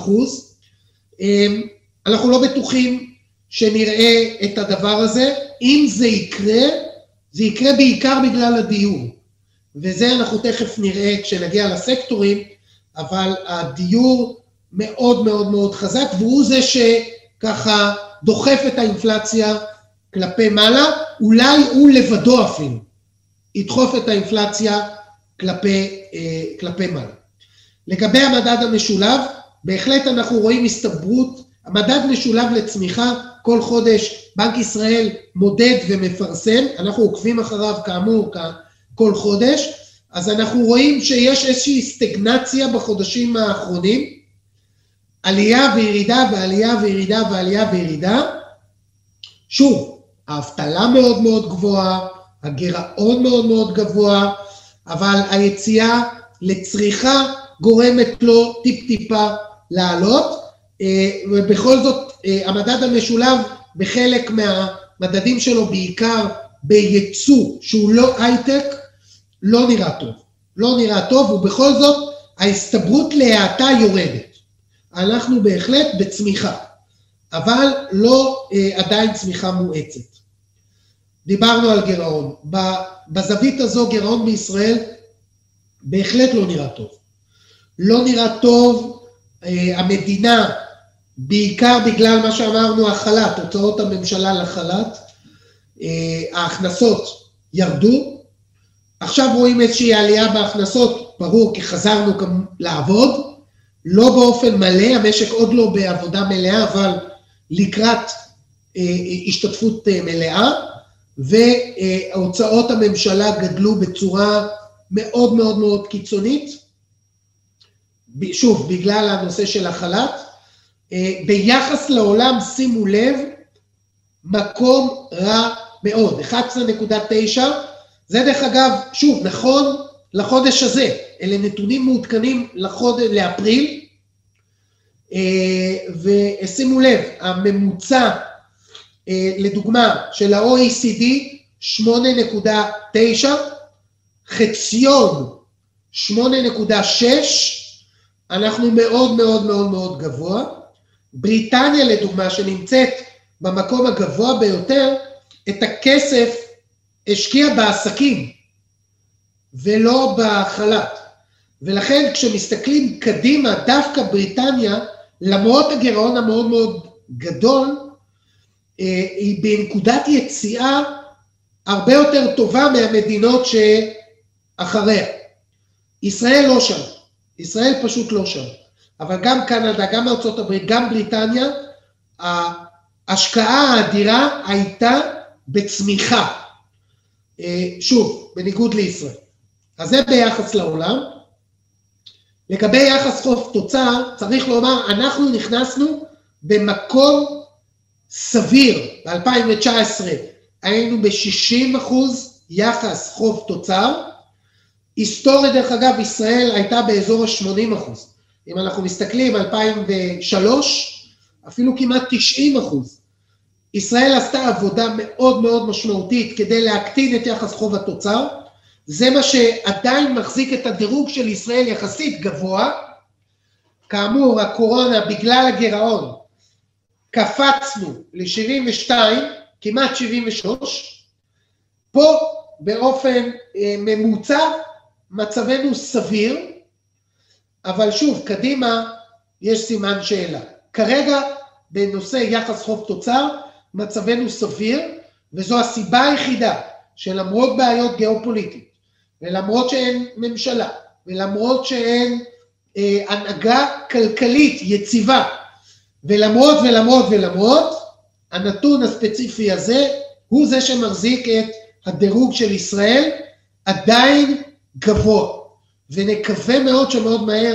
אנחנו לא בטוחים שנראה את הדבר הזה. אם זה יקרה בעיקר בגלל הדיור. וזה אנחנו תכף נראה כשנגיע לסקטורים, אבל הדיור מאוד מאוד מאוד חזק, והוא זה שככה דוחף את האינפלציה כלפי מעלה, אולי הוא לבדו אפילו, ידחוף את האינפלציה כלפי מעלה. לגבי המדד המשולב, בהחלט אנחנו רואים הסתברות, המדד משולב לצמיחה, כל חודש בנק ישראל מודד ומפרסם, אנחנו עוקבים אחריו כאמור כל חודש, אז אנחנו רואים שיש איזושהי סטגנציה בחודשים האחרונים, עלייה וירידה ועלייה וירידה ועלייה וירידה, שוב, האבטלה מאוד מאוד גבוהה, הגירעון מאוד מאוד גבוה, אבל היציאה לצריכה גורמת לו טיפה לעלות, ובכל זאת המדד המשולב בחלק מהמדדים שלו, בעיקר בייצוא שהוא לא הייטק, לא נראה טוב. לא נראה טוב, ובכל זאת ההסתברות להאטה יורדת. אנחנו בהחלט בצמיחה, אבל לא עדיין צמיחה מואצת. דיברנו על גירעון. בזווית הזו גירעון בישראל בהחלט לא נראה טוב. לא נראה טוב, המדינה, בעיקר בגלל מה שאמרנו, החל"ת, הוצאות הממשלה לחל"ת, ההכנסות ירדו, עכשיו רואים איזושהי עלייה בהכנסות, ברור כי חזרנו גם לעבוד, לא באופן מלא, המשק עוד לא בעבודה מלאה, אבל לקראת השתתפות מלאה, והוצאות הממשלה גדלו בצורה מאוד מאוד מאוד קיצונית, שוב, בגלל הנושא של החל"ת, ביחס לעולם, שימו לב, מקום רע מאוד, 11.9, זה דרך אגב, שוב, נכון לחודש הזה, אלה נתונים מעודכנים לאפריל, ושימו לב, הממוצע, לדוגמה, של ה-OECD, 8.9, חציון 8.6, אנחנו מאוד מאוד מאוד מאוד גבוה. בריטניה לדוגמה שנמצאת במקום הגבוה ביותר, את הכסף השקיע בעסקים ולא בחל"ת. ולכן כשמסתכלים קדימה, דווקא בריטניה, למרות הגירעון המאוד מאוד גדול, היא בנקודת יציאה הרבה יותר טובה מהמדינות שאחריה. ישראל לא שם. ישראל פשוט לא שם, אבל גם קנדה, גם ארצות הברית, גם בריטניה, ההשקעה האדירה הייתה בצמיחה, שוב, בניגוד לישראל. אז זה ביחס לעולם. לגבי יחס חוב תוצר, צריך לומר, אנחנו נכנסנו במקום סביר, ב-2019 היינו ב-60% יחס חוב תוצר, היסטוריה דרך אגב, ישראל הייתה באזור ה-80%. אם אנחנו מסתכלים, 2003, אפילו כמעט 90%. ישראל עשתה עבודה מאוד מאוד משמעותית כדי להקטין את יחס חוב התוצר. זה מה שעדיין מחזיק את הדירוג של ישראל יחסית גבוה. כאמור, הקורונה בגלל הגירעון, קפצנו ל-72, כמעט 73. פה באופן ממוצע, מצבנו סביר, אבל שוב, קדימה יש סימן שאלה. כרגע, בנושא יחס חוב תוצר, מצבנו סביר, וזו הסיבה היחידה שלמרות בעיות גיאופוליטית, ולמרות שאין ממשלה, ולמרות שאין הנהגה כלכלית יציבה, ולמרות, הנתון הספציפי הזה, הוא זה שמחזיק את הדירוג של ישראל, עדיין גבוה, ונקווה מאוד שמאוד מהר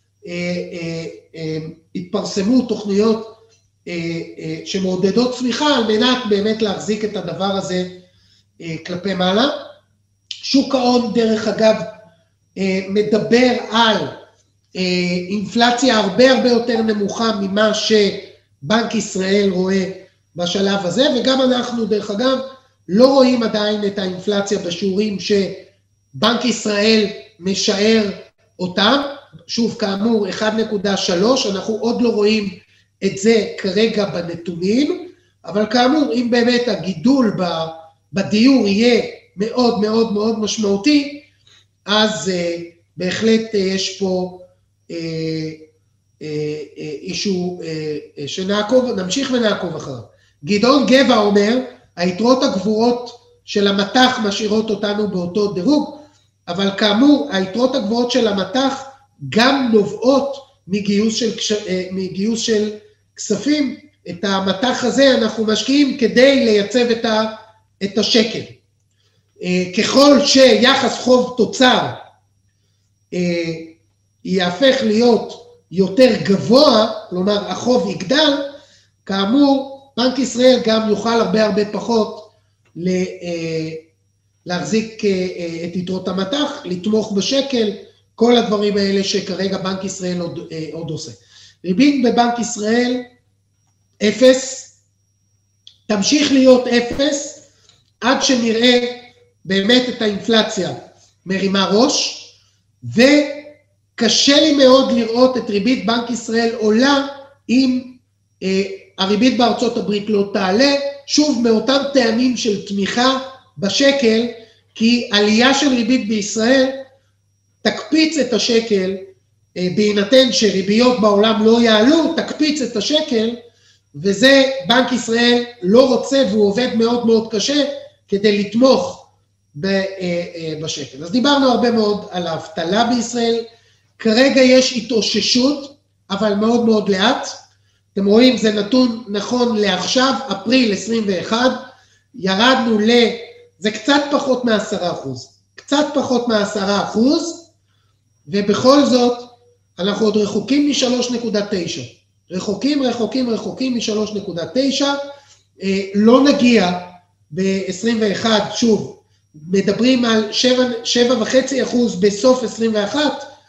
התפרסמו תוכניות שמעודדות צמיחה, על מנת באמת להחזיק את הדבר הזה כלפי מעלה. שוק ההון דרך אגב מדבר על אינפלציה הרבה יותר נמוכה ממה שבנק ישראל רואה בשלב הזה, וגם אנחנו דרך אגב לא רואים עדיין את האינפלציה בשיעורים שבנק ישראל משער אותם, שוב כאמור 1.3, אנחנו עוד לא רואים את זה כרגע בנתונים, אבל כאמור אם באמת הגידול בדיור יהיה מאוד מאוד מאוד משמעותי, אז בהחלט יש פה אישו נמשיך ונעקוב אחריו. גדעון גבע אומר, היתרות הגבוהות של המטח משאירות אותנו באותו דירוג, אבל כאמור, היתרות הגבוהות של המטח גם נובעות מגיוס של כספים. את המטח הזה אנחנו משקיעים כדי לייצב את השקל. ככל שיחס חוב תוצר יהפך להיות יותר גבוה, כלומר החוב יגדל, כאמור, בנק ישראל גם יוכל הרבה פחות להחזיק את יתרות המטח, לתמוך בשקל, כל הדברים האלה שכרגע בנק ישראל עוד עושה. ריבית בבנק ישראל 0, תמשיך להיות 0, עד שנראה באמת את האינפלציה מרימה ראש, וקשה לי מאוד לראות את ריבית בנק ישראל עולה, אם הריבית בארצות הברית לא תעלה, שוב מאותם טעמים של תמיכה בשקל, כי עלייה של ריבית בישראל תקפיץ את השקל, בהינתן שריביות בעולם לא יעלו, תקפיץ את השקל, וזה בנק ישראל לא רוצה, והוא עובד מאוד מאוד קשה, כדי לתמוך בשקל. אז דיברנו הרבה מאוד על האבטלה בישראל, כרגע יש התאוששות, אבל מאוד מאוד לאט, אתם רואים זה נתון נכון לעכשיו, אפריל 21, ירדנו זה קצת פחות מ10%, קצת פחות מ10%, ובכל זאת אנחנו עוד רחוקים מ3.9, רחוקים מ3.9, לא נגיע ב-21, שוב, מדברים על 7.5% בסוף 21,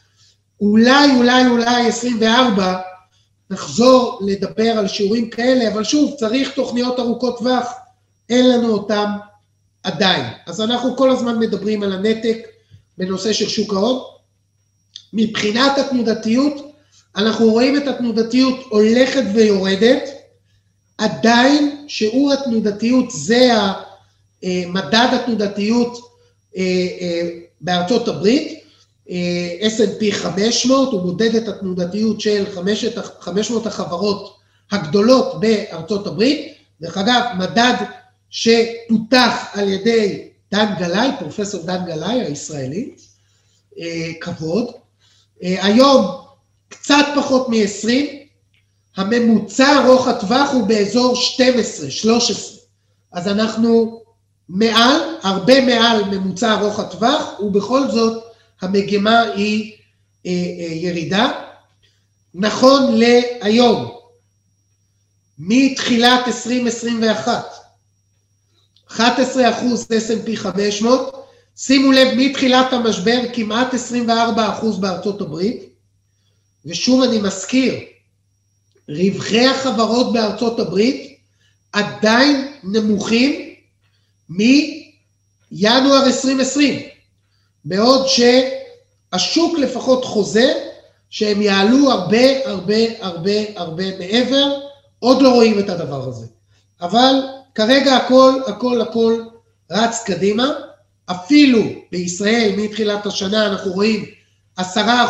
אולי 24, נחזור לדבר על שיעורים כאלה, אבל שוב, צריך תוכניות ארוכות טווח, אין לנו אותם עדיין. אז אנחנו כל הזמן מדברים על הנתק בנושא של שוק ההון. מבחינת התנודתיות, אנחנו רואים את התנודתיות הולכת ויורדת, עדיין שיעור התנודתיות זה מדד התנודתיות בארצות הברית, S&P 500, הוא מודד את התנודתיות של 500 החברות הגדולות בארצות הברית, דרך אגב, מדד שפותח על ידי דן גלאי, פרופסור דן גלאי הישראלי, כבוד, היום קצת פחות מ-20, הממוצע ארוך הטווח הוא באזור 12, 13, אז אנחנו הרבה מעל ממוצע ארוך הטווח, ובכל זאת המגמה היא ירידה. נכון להיום, מתחילת 2021, 11% S&P 500, שימו לב מתחילת המשבר כמעט 24% בארצות הברית, ושוב אני מזכיר, רווחי החברות בארצות הברית עדיין נמוכים מינואר 2020, בעוד שהשוק לפחות חוזה שהם יעלו הרבה מעבר, עוד לא רואים את הדבר הזה. אבל כרגע הכל רץ קדימה, אפילו בישראל מתחילת השנה אנחנו רואים 10%,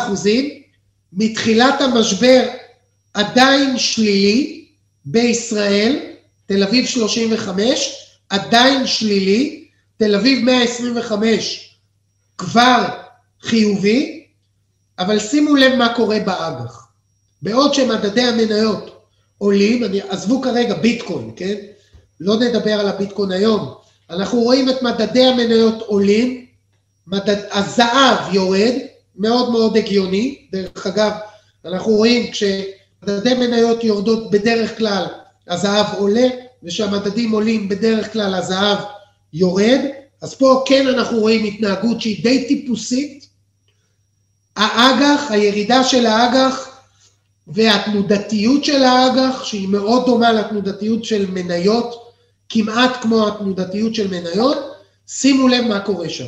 מתחילת המשבר עדיין שלילי בישראל, תל אביב 35, עדיין שלילי, תל אביב 125 כבר חיובי, אבל שימו לב מה קורה באג"ח. בעוד שמדדי המניות עולים, עזבו כרגע ביטקוין, כן? לא נדבר על הביטקוין היום, אנחנו רואים את מדדי המניות עולים, הזהב יורד, מאוד מאוד הגיוני, דרך אגב, אנחנו רואים כשמדדי מניות יורדות בדרך כלל, הזהב עולה, ושהמדדים עולים בדרך כלל הזהב יורד, אז פה כן אנחנו רואים התנהגות שהיא די טיפוסית, האג"ח, הירידה של האג"ח, והתנודתיות של האג"ח, שהיא מאוד דומה לתנודתיות של מניות, כמעט כמו התנודתיות של מניות, שימו לב מה קורה שם.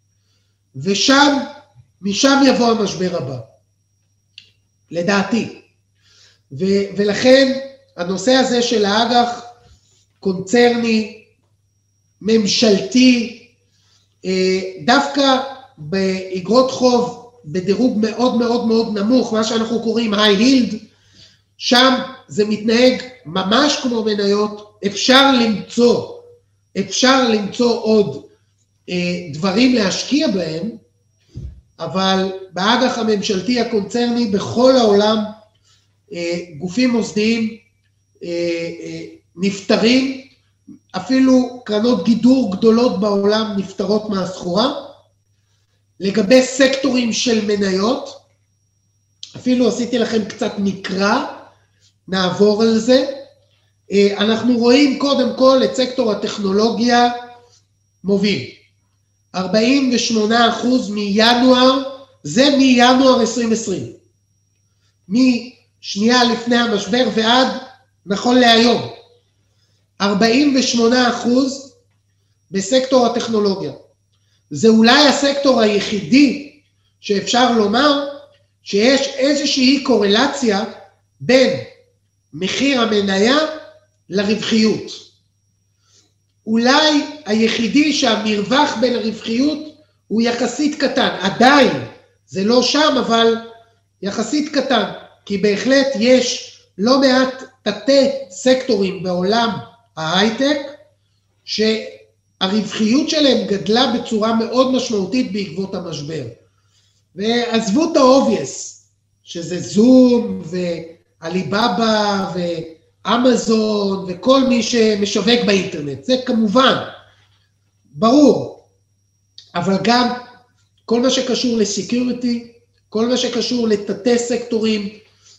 משם יבוא המשבר הבא, לדעתי. ולכן הנושא הזה של האג"ח, קונצרני, ממשלתי, דווקא באגרות חוב, בדירוג מאוד מאוד מאוד נמוך, מה שאנחנו קוראים high yield, שם זה מתנהג ממש כמו מניות, אפשר למצוא עוד דברים להשקיע בהם, אבל באג"ח הממשלתי הקונצרני בכל העולם, גופים מוסדיים נפטרים, אפילו קרנות גידור גדולות בעולם נפטרות מהסחורה, לגבי סקטורים של מניות, אפילו עשיתי לכם קצת מקרא, נעבור על זה, אנחנו רואים קודם כל את סקטור הטכנולוגיה מוביל. 48% מינואר, זה מינואר 2020. משנייה לפני המשבר ועד נכון להיום. 48% בסקטור הטכנולוגיה. זה אולי הסקטור היחידי שאפשר לומר שיש איזושהי קורלציה בין מחיר המניה לרווחיות. אולי היחידי שהמרווח בין הרווחיות הוא יחסית קטן. עדיין זה לא שם, אבל יחסית קטן. כי בהחלט יש לא מעט תתי סקטורים בעולם ההייטק, שהרווחיות שלהם גדלה בצורה מאוד משמעותית בעקבות המשבר. ועזבו את האובייס, שזה זום ואליבאבא ואמזון וכל מי שמשווק באינטרנט. זה כמובן, ברור. אבל גם כל מה שקשור לסקיוריטי, כל מה שקשור לתתי סקטורים,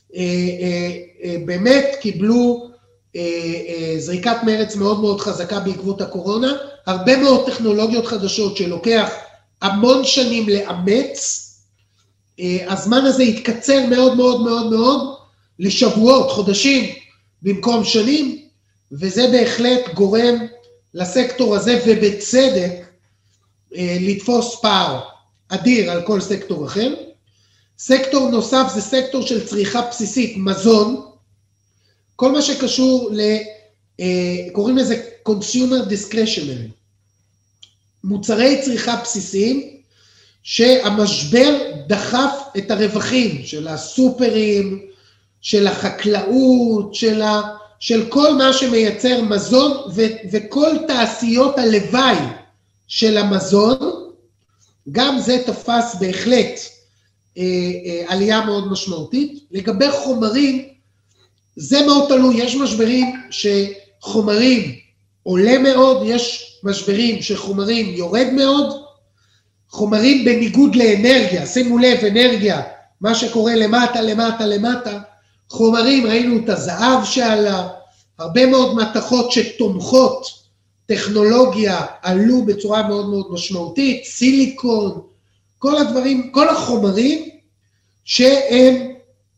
באמת קיבלו זריקת מרץ מאוד מאוד חזקה בעקבות הקורונה, הרבה מאוד טכנולוגיות חדשות שלוקח המון שנים לאמץ, הזמן הזה יתקצר מאוד מאוד מאוד מאוד לשבועות, חודשים במקום שנים, וזה בהחלט גורם לסקטור הזה ובצדק לתפוס פער אדיר על כל סקטור אחר. סקטור נוסף זה סקטור של צריכה בסיסית, מזון, כל מה שקשור קוראים לזה consumer discretionary, מוצרי צריכה בסיסיים, שהמשבר דחף את הרווחים של הסופרים, של החקלאות, של כל מה שמייצר מזון, וכל תעשיות הלוואי של המזון, גם זה תפס בהחלט עלייה מאוד משמעותית. לגבי חומרים, זה מאוד תלוי, יש משברים שחומרים עולה מאוד, יש משברים שחומרים יורד מאוד, חומרים בניגוד לאנרגיה, שימו לב, אנרגיה, מה שקורה למטה, למטה, למטה, חומרים, ראינו את הזהב שעלה, הרבה מאוד מתכות שתומכות טכנולוגיה עלו בצורה מאוד מאוד משמעותית, סיליקון, כל הדברים, כל החומרים שהם,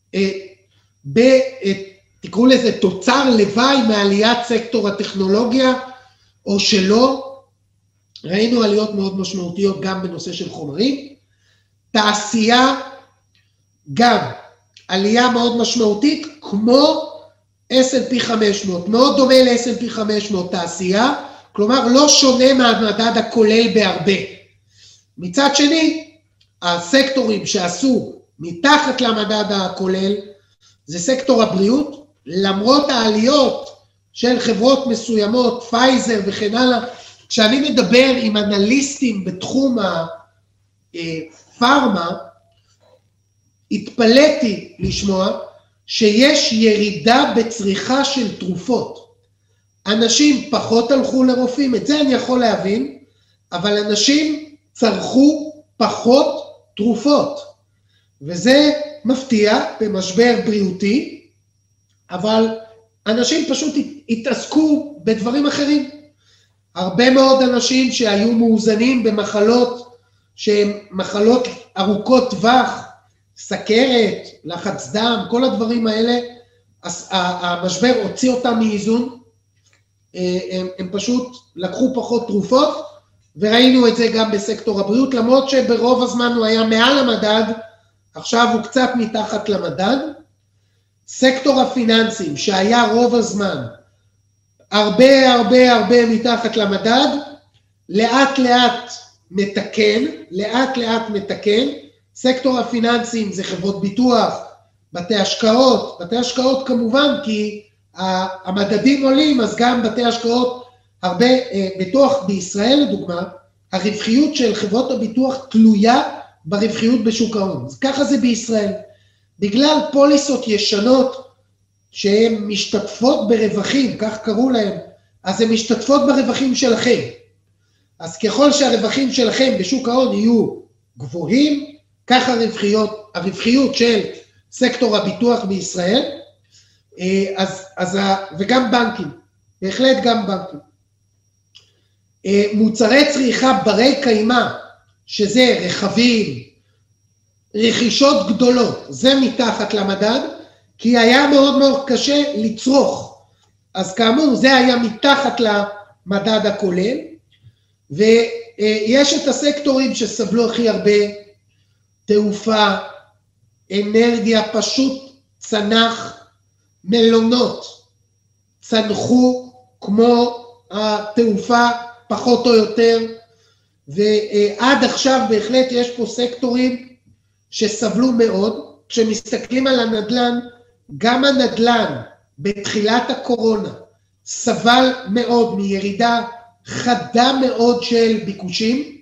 תקראו לזה תוצר לוואי מעליית סקטור הטכנולוגיה, או שלא, ראינו עליות מאוד משמעותיות גם בנושא של חומרים. תעשייה, גם עלייה מאוד משמעותית, כמו S&P 500, מאוד דומה ל-S&P 500 תעשייה, כלומר לא שונה מהמדד הכולל בהרבה. מצד שני, הסקטורים שעשו מתחת למדד הכולל, זה סקטור הבריאות, למרות העליות של חברות מסוימות, פייזר וכן הלאה, כשאני מדבר עם אנליסטים בתחום הפארמה, התפלאתי לשמוע שיש ירידה בצריכה של תרופות. אנשים פחות הלכו לרופאים, את זה אני יכול להבין, אבל אנשים צרכו פחות תרופות, וזה מפתיע במשבר בריאותי, אבל אנשים פשוט התעסקו בדברים אחרים. הרבה מאוד אנשים שהיו מאוזנים במחלות שהן מחלות ארוכות טווח, סכרת, לחץ דם, כל הדברים האלה, המשבר הוציא אותם מאיזון, הם פשוט לקחו פחות תרופות, וראינו את זה גם בסקטור הבריאות, למרות שברוב הזמן הוא היה מעל המדד, עכשיו הוא קצת מתחת למדד. סקטור הפיננסים שהיה רוב הזמן הרבה הרבה הרבה מתחת למדד, לאט לאט מתקן, סקטור הפיננסים זה חברות ביטוח, בתי השקעות כמובן, כי המדדים עולים, אז גם בתי השקעות, הרבה ביטוח בישראל לדוגמה, הרווחיות של חברות הביטוח תלויה ברווחיות בשוק ההון. אז ככה זה בישראל. בגלל פוליסות ישנות שהן משתתפות ברווחים, כך קראו להם, אז הן משתתפות ברווחים שלכם. אז ככל שהרווחים שלכם בשוק ההון יהיו גבוהים, ככה הרווחיות של סקטור הביטוח בישראל, וגם בנקים, בהחלט גם בנקים. מוצרי צריכה ברי קיימא, שזה רכבים, רכישות גדולות, זה מתחת למדד, כי היה מאוד מאוד קשה לצרוך. אז כאמור, זה היה מתחת למדד הכולל, ויש את הסקטורים שסבלו הכי הרבה, תעופה, אנרגיה, פשוט צנח, מלונות, צנחו כמו התעופה פחות או יותר, ועד עכשיו בהחלט יש פה סקטורים שסבלו מאוד. כשמסתכלים על הנדל"ן, גם הנדל"ן בתחילת הקורונה סבל מאוד מירידה חדה מאוד של ביקושים,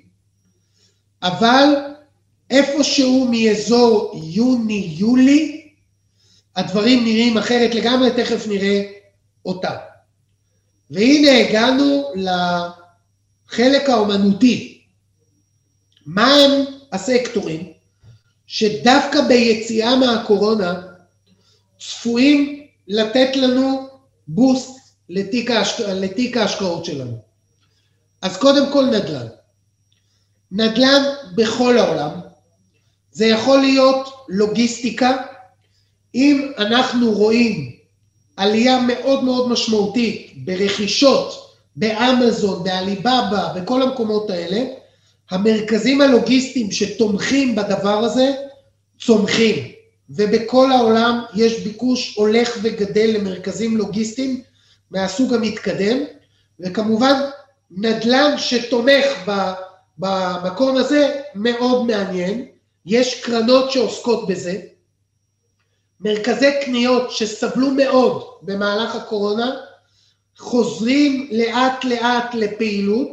אבל איפשהו מאזור יוני-יולי, הדברים נראים אחרת לגמרי, תכף נראה אותה. והנה הגענו לחלק האומנותי. מה הם הסקטורים שדווקא ביציאה מהקורונה צפויים לתת לנו בוסט לתיק ההשקעות שלנו? אז קודם כל נדל"ן. נדל"ן בכל העולם, זה יכול להיות לוגיסטיקה. אם אנחנו רואים עלייה מאוד מאוד משמעותית ברכישות, באמזון, באליבאבא, בכל המקומות האלה, המרכזים הלוגיסטיים שתומכים בדבר הזה צומחים, ובכל העולם יש ביקוש הולך וגדל למרכזים לוגיסטיים מהסוג המתקדם, וכמובן נדל"ן שתומך במקום הזה מאוד מעניין. יש קרנות שעוסקות בזה, מרכזי קניות שסבלו מאוד במהלך הקורונה, חוזרים לאט לאט לפעילות,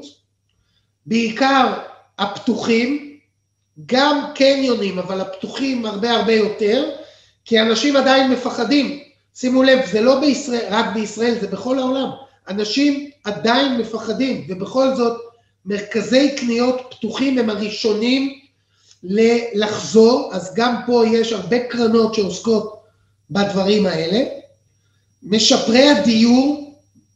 בעיקר הפתוחים, גם קניונים, אבל הפתוחים הרבה יותר, כי אנשים עדיין מפחדים. שימו לב, זה לא בישראל, רק בישראל, זה בכל העולם. אנשים עדיין מפחדים, ובכל זאת מרכזי קניות פתוחים הם הראשונים לחזור, אז גם פה יש הרבה קרנות שעוסקות בדברים האלה. משפרי הדיור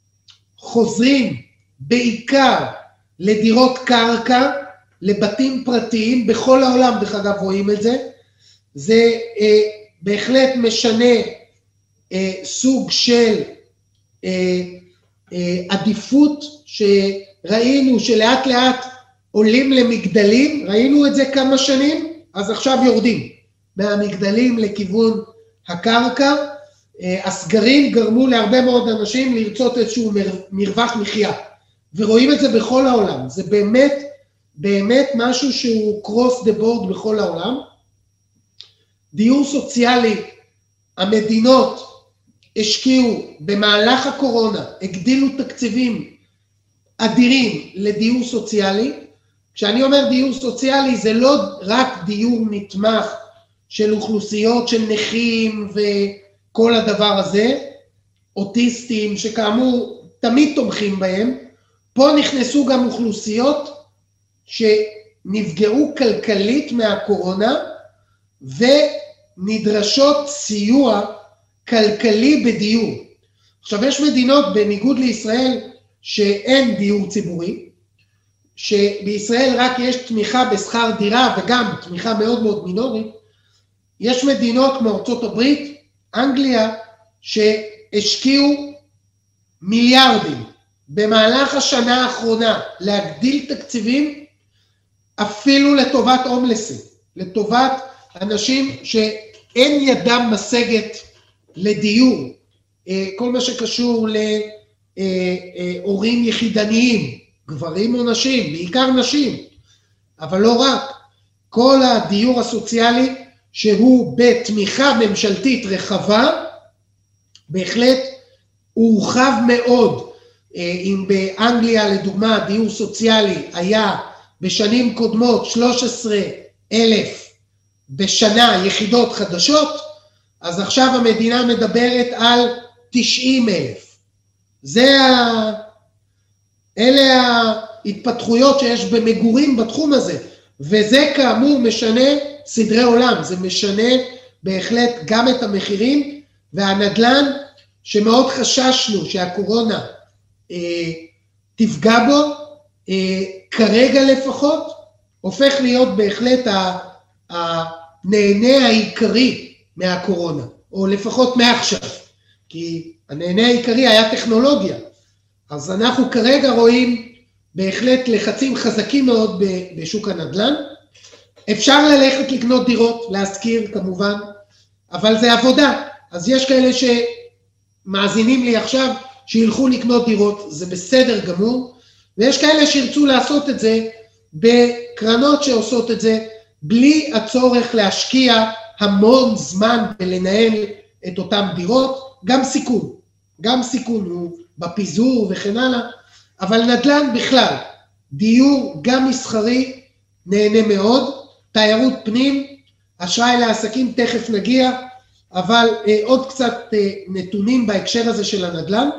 חוזרים בעיקר לדירות קרקע, לבתים פרטיים, בכל העולם דרך אגב רואים את זה. זה בהחלט משנה סוג של עדיפות שראינו שלאט לאט עולים למגדלים, ראינו את זה כמה שנים, אז עכשיו יורדים מהמגדלים לכיוון הקרקע. הסגרים גרמו להרבה מאוד אנשים לרצות איזשהו מרווח מחיה, ורואים את זה בכל העולם. זה באמת משהו שהוא cross the board בכל העולם. דיור סוציאלי, המדינות השקיעו במהלך הקורונה, הגדילו תקציבים אדירים לדיור סוציאלי. כשאני אומר דיור סוציאלי, זה לא רק דיור נתמך של אוכלוסיות של נכים וכל הדבר הזה, אוטיסטים שכאמור תמיד תומכים בהם. פה נכנסו גם אוכלוסיות שנפגעו כלכלית מהקורונה ונדרשות סיוע כלכלי בדיור. עכשיו יש מדינות בניגוד לישראל שאין דיור ציבורי, שבישראל רק יש תמיכה בשכר דירה וגם תמיכה מאוד מאוד מינורית. יש מדינות כמו ארצות הברית, אנגליה, שהשקיעו מיליארדים במהלך השנה האחרונה להגדיל תקציבים אפילו לטובת הומלסים, לטובת אנשים שאין ידם משגת לדיור, כל מה שקשור להורים יחידניים, גברים או נשים, בעיקר נשים, אבל לא רק. כל הדיור הסוציאלי שהוא בתמיכה ממשלתית רחבה, בהחלט הורחב מאוד. אם באנגליה לדוגמה דיור סוציאלי היה בשנים קודמות 13,000 בשנה יחידות חדשות, אז עכשיו המדינה מדברת על 90,000. אלה ההתפתחויות שיש במגורים בתחום הזה, וזה כאמור משנה סדרי עולם. זה משנה בהחלט גם את המחירים, והנדל"ן שמאוד חששנו שהקורונה תפגע בו, כרגע לפחות, הופך להיות בהחלט הנהנה העיקרי מהקורונה, או לפחות מעכשיו, כי הנהנה העיקרי היה טכנולוגיה, אז אנחנו כרגע רואים בהחלט לחצים חזקים מאוד בשוק הנדל"ן, אפשר ללכת לקנות דירות, להשכיר כמובן, אבל זה עבודה, אז יש כאלה שמאזינים לי עכשיו, שילכו לקנות דירות, זה בסדר גמור, ויש כאלה שירצו לעשות את זה, בקרנות שעושות את זה, בלי הצורך להשקיע המון זמן ולנהל את אותם דירות, גם סיכון הוא בפיזור וכן הלאה, אבל נדל"ן בכלל, דיור גם מסחרי, נהנה מאוד, תיירות פנים, אשראי לעסקים, תכף נגיע, אבל עוד קצת נתונים בהקשר הזה של הנדל"ן,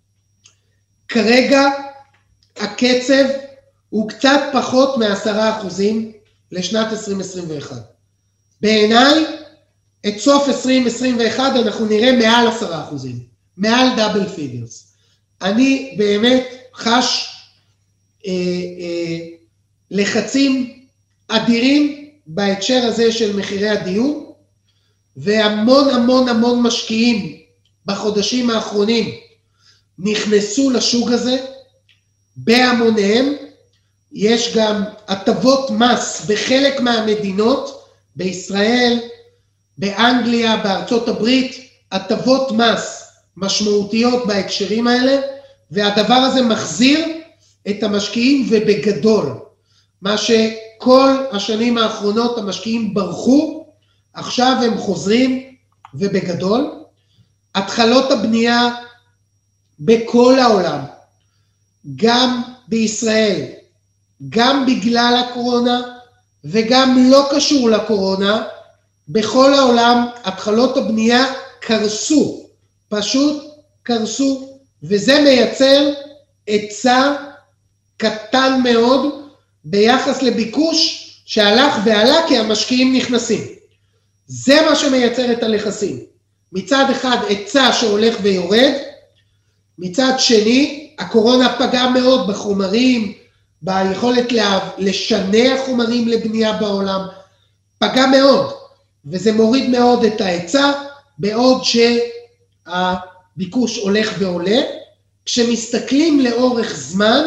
כרגע הקצב הוא קצת פחות מ10% לשנת 2021. בעיניי, את סוף 2021 אנחנו נראה מעל 10%, מעל דאבל פיגרס. אני באמת חש לחצים אדירים בהקשר הזה של מחירי הדיור, והמון המון המון משקיעים בחודשים האחרונים נכנסו לשוק הזה, בהמוניהם, יש גם הטבות מס בחלק מהמדינות, בישראל, באנגליה, בארצות הברית, הטבות מס משמעותיות בהקשרים האלה, והדבר הזה מחזיר את המשקיעים ובגדול. מה שכל השנים האחרונות המשקיעים ברחו, עכשיו הם חוזרים ובגדול. התחלות הבנייה בכל העולם, גם בישראל, גם בגלל הקורונה וגם לא קשור לקורונה, בכל העולם התחלות הבנייה קרסו, פשוט קרסו, וזה מייצר היצע קטן מאוד ביחס לביקוש שהלך ועלה כי המשקיעים נכנסים. זה מה שמייצר את הלחצים. מצד אחד היצע שהולך ויורד, מצד שני הקורונה פגעה מאוד בחומרים, ביכולת לשנע חומרים לבנייה בעולם, פגע מאוד, וזה מוריד מאוד את ההיצע, בעוד שהביקוש הולך ועולה. כשמסתכלים לאורך זמן,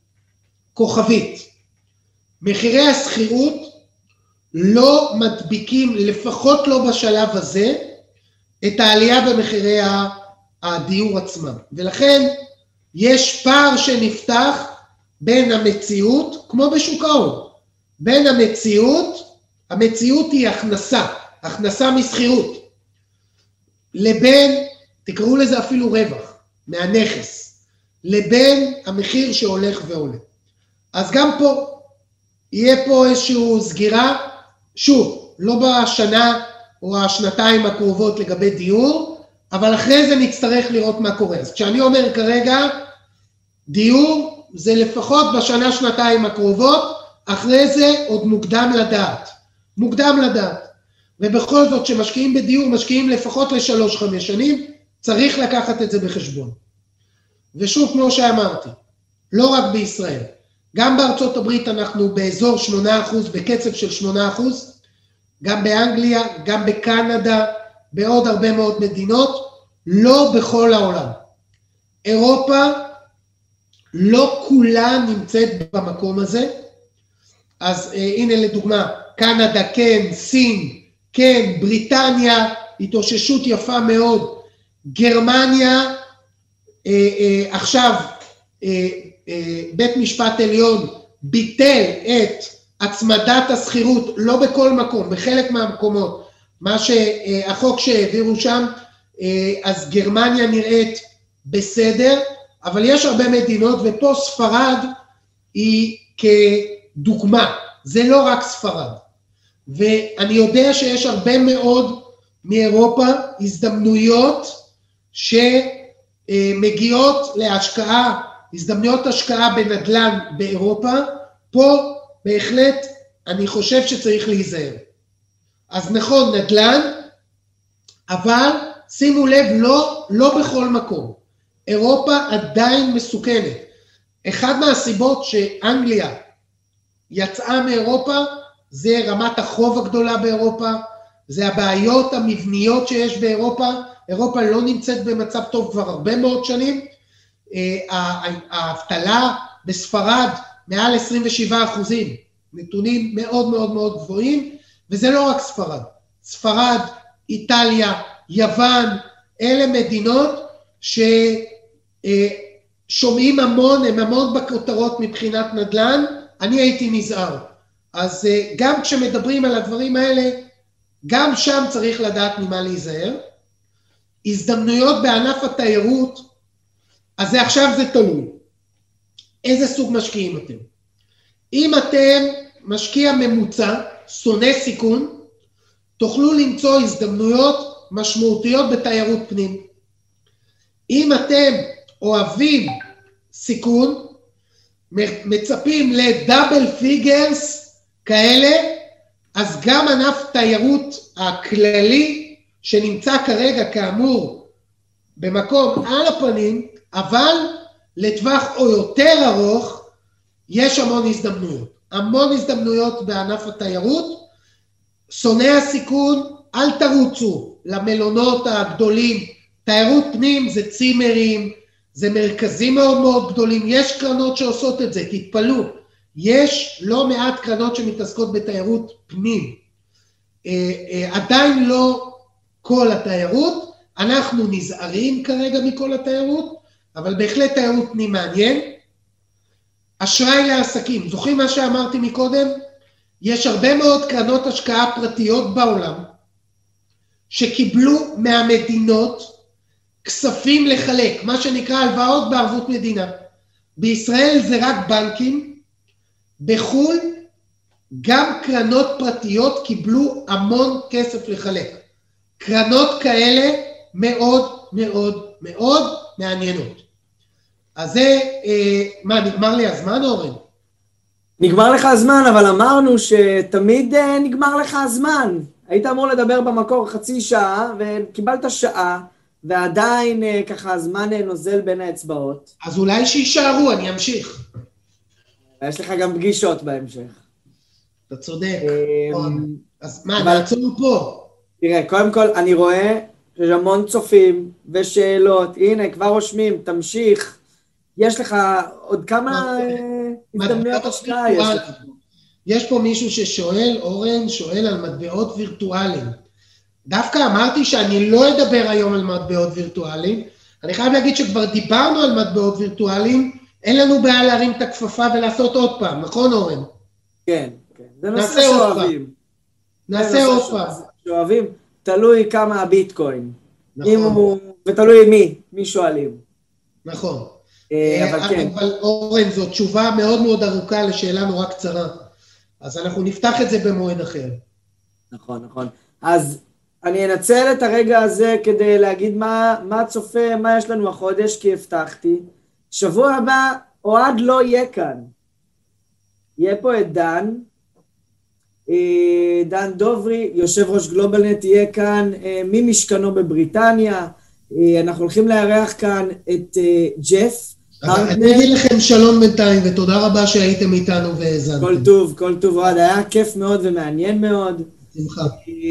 כוכבית, מחירי השכירות לא מדביקים, לפחות לא בשלב הזה, את העלייה במחירי הדיור עצמם. ולכן יש פער שנפתח בין המציאות, כמו בשוק ההון, בין המציאות היא הכנסה מסחירות, לבין, תקראו לזה אפילו רווח, מהנכס, לבין המחיר שהולך ועולה. אז גם פה, יהיה פה איזשהו סגירה, שוב, לא בשנה או השנתיים הקרובות לגבי דיור, אבל אחרי זה נצטרך לראות מה קורה. אז כשאני אומר כרגע, דיור זה לפחות בשנה, שנתיים הקרובות, אחרי זה עוד מוקדם לדעת. ובכל זאת שמשקיעים בדיור, משקיעים לפחות ל3-5 שנים, צריך לקחת את זה בחשבון. ושוב, כמו שאמרתי, לא רק בישראל, גם בארצות הברית אנחנו באזור 8%, בקצב של 8%, גם באנגליה, גם בקנדה, בעוד הרבה מאוד מדינות, לא בכל העולם. אירופה לא כולה נמצאת במקום הזה, אז הנה לדוגמה, קנדה כן, סין כן, בריטניה, התאוששות יפה מאוד, גרמניה, עכשיו בית משפט עליון ביטל את הצמדת השכירות, לא בכל מקום, בחלק מהמקומות, מה שהחוק שהעבירו שם, אז גרמניה נראית בסדר, אבל יש הרבה מדינות, ופה ספרד היא כדוגמה, זה לא רק ספרד, ואני יודע שיש הרבה מאוד מאירופה הזדמנויות שמגיעות להשקעה, הזדמנויות השקעה בנדל"ן באירופה, פה בהחלט אני חושב שצריך להיזהר. אז נכון, נדל"ן, אבל שימו לב, לא בכל מקום. אירופה עדיין מסוכנת. אחד מהסיבות שאנגליה יצאה מאירופה, זה רמת החוב הגדולה באירופה, זה הבעיות המבניות שיש באירופה, אירופה לא נמצאת במצב טוב כבר הרבה מאוד שנים, האבטלה בספרד מעל 27%, נתונים מאוד מאוד מאוד גבוהים, וזה לא רק ספרד, ספרד, איטליה, יוון, אלה מדינות ששומעים המון, הם המון בכותרות מבחינת נדל"ן, אני הייתי נזהר. אז גם כשמדברים על הדברים האלה, גם שם צריך לדעת ממה להיזהר. הזדמנויות בענף התיירות, אז עכשיו זה תלוי. איזה סוג משקיעים אתם? אם אתם משקיע ממוצע, שונא סיכון, תוכלו למצוא הזדמנויות משמעותיות בתיירות פנים. אם אתם אוהבים סיכון, מצפים לדאבל פיגרס כאלה, אז גם ענף תיירות הכללי, שנמצא כרגע כאמור במקום על הפנים, אבל לטווח או יותר ארוך, יש המון הזדמנויות. המון הזדמנויות בענף התיירות, שונאי הסיכון, אל תרוצו למלונות הגדולים, תיירות פנים זה צימרים, זה מרכזים מאוד מאוד גדולים, יש קרנות שעושות את זה, תתפלו, יש לא מעט קרנות שמתעסקות בתיירות פנים, עדיין לא כל התיירות, אנחנו נזהרים כרגע מכל התיירות, אבל בהחלט תיירות פנים מעניין. אשראי לעסקים, זוכרים מה שאמרתי מקודם? יש הרבה מאוד קרנות השקעה פרטיות בעולם, שקיבלו מהמדינות כספים לחלק, מה שנקרא הלוואות בערבות מדינה. בישראל זה רק בנקים, בחו"ל גם קרנות פרטיות קיבלו המון כסף לחלק. קרנות כאלה מאוד מאוד מאוד מעניינות. אז זה, נגמר לי הזמן, אורן? נגמר לך הזמן, אבל אמרנו שתמיד נגמר לך הזמן. היית אמור לדבר במקור חצי שעה, וקיבלת שעה, ועדיין ככה הזמן נוזל בין האצבעות. אז אולי שישארו, אני אמשיך. יש לך גם פגישות בהמשך. אתה צודק. אז מה, נעצור פה. תראה, קודם כל אני רואה שיש המון צופים ושאלות, הנה כבר רושמים, תמשיך. יש לך עוד כמה הזדמנויות השקעה. יש פה מישהו ששואל, אורן שואל על מטבעות וירטואליים. דווקא אמרתי שאני לא אדבר היום על מטבעות וירטואליים, אני חייב להגיד שכבר דיברנו על מטבעות וירטואליים, אין לנו בעיה להרים את הכפפה ולעשות עוד פעם, נכון אורן? כן, כן. זה נושא שאוהבים. נעשה עוד פעם. שאוהבים, תלוי כמה הביטקוין. נכון. ותלוי מי שואלים. נכון. אבל כן. אבל אורן, זו תשובה מאוד מאוד ארוכה לשאלה נורא קצרה. אז אנחנו נפתח את זה במועד אחר. נכון, נכון. אז אני אנצל את הרגע הזה כדי להגיד מה צופה, מה יש לנו החודש, כי הבטחתי. שבוע הבא, אוהד לא יהיה כאן. יהיה פה את דן דוברי, יושב ראש גלובלנט, יהיה כאן ממשכנו בבריטניה. אנחנו הולכים לארח כאן את ג'ף. אני אגיד לכם שלום בינתיים, ותודה רבה שהייתם איתנו והאזנתם. כל טוב, אוהד, היה כיף מאוד ומעניין מאוד. שמחה.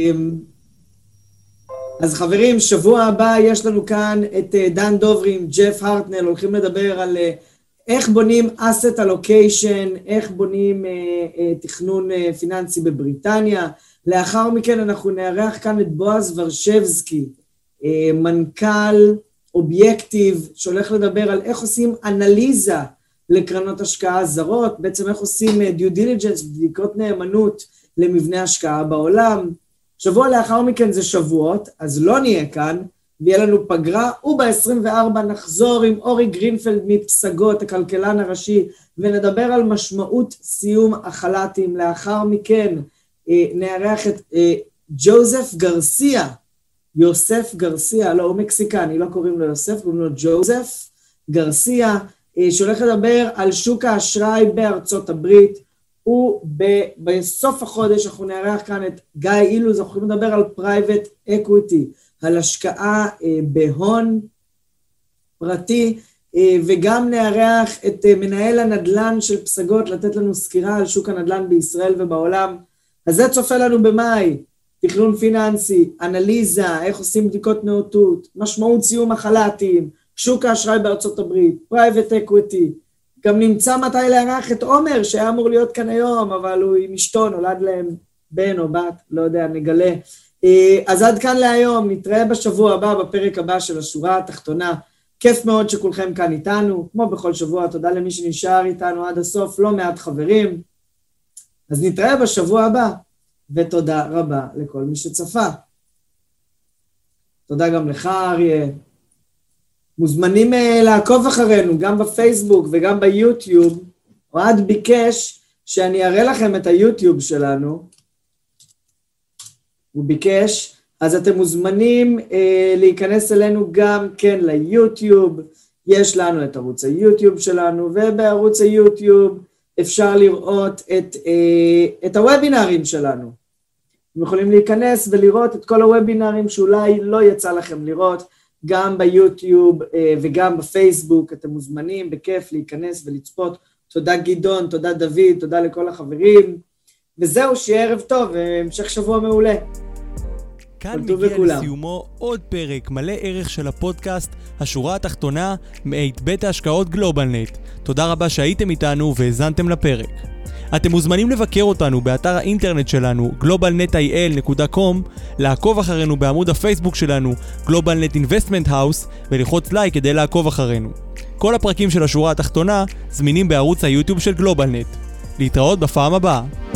אז חברים, שבוע הבא יש לנו כאן את דן דוברי עם ג'ף הרטנל, הולכים לדבר על איך בונים asset allocation, איך בונים תכנון פיננסי בבריטניה. לאחר מכן אנחנו נארח כאן את בועז ורשבסקי, מנכ"ל אובייקטיב, שהולך לדבר על איך עושים אנליזה לקרנות השקעה זרות, בעצם איך עושים due diligence, בדיקות נאמנות למבנה השקעה בעולם. שבוע לאחר מכן זה שבועות, אז לא נהיה כאן, ויהיה לנו פגרה, וב-24 נחזור עם אורי גרינפלד מפסגות, הכלכלן הראשי, ונדבר על משמעות סיום החל"תים. לאחר מכן נארח את יוסף גרסיה, לא, הוא מקסיקני, לא קוראים לו יוסף, קוראים לו ג'וזף גרסיה, שהולך לדבר על שוק האשראי בארצות הברית. בסוף החודש אנחנו נארח כאן את גיא אילוז, אנחנו יכולים לדבר על private equity, על השקעה בהון פרטי, וגם נארח את מנהל הנדל"ן של פסגות, לתת לנו סקירה על שוק הנדל"ן בישראל ובעולם. אז זה צופה לנו במאי, תכנון פיננסי, אנליזה, איך עושים בדיקות נאותות, משמעות סיום החל"תים, שוק האשראי בארצות הברית, פרייבט אקוויטי. גם נמצא מתי לארח את עומר, שהיה אמור להיות כאן היום, אבל הוא עם אשתו, נולד להם בן או בת, לא יודע, נגלה. אז עד כאן להיום, נתראה בשבוע הבא, בפרק הבא של השורה התחתונה. כיף מאוד שכולכם כאן איתנו, כמו בכל שבוע, תודה למי שנשאר איתנו עד הסוף, לא מעט חברים. אז נתראה בשבוע הבא, ותודה רבה לכל מי שצפה. תודה גם לך, אריה. מוזמנים לעקוב אחרינו, גם בפייסבוק וגם ביוטיוב. אוהד ביקש שאני אראה לכם את היוטיוב שלנו. הוא ביקש, אז אתם מוזמנים להיכנס אלינו גם כן ליוטיוב. יש לנו את ערוץ היוטיוב שלנו, ובערוץ היוטיוב אפשר לראות את הוובינרים שלנו. אתם יכולים להיכנס ולראות את כל הוובינרים שאולי לא יצא לכם לראות, גם ביוטיוב וגם בפייסבוק. אתם מוזמנים בכיף להיכנס ולצפות. תודה גדעון, תודה דוד, תודה לכל החברים. וזהו, שיהיה ערב טוב והמשך שבוע מעולה. כאן מגיע לסיומו עוד פרק מלא ערך של הפודקאסט השורה התחתונה מאת בית ההשקעות גלובלנט. תודה רבה שהייתם איתנו והזנתם לפרק. אתם מוזמנים לבקר אותנו באתר האינטרנט שלנו globalnetil.com, לעקוב אחרינו בעמוד הפייסבוק שלנו GlobalNet Investment House ולחוץ לייק כדי לעקוב אחרינו. כל הפרקים של השורה התחתונה זמינים בערוץ היוטיוב של גלובלנט. להתראות בפעם הבאה.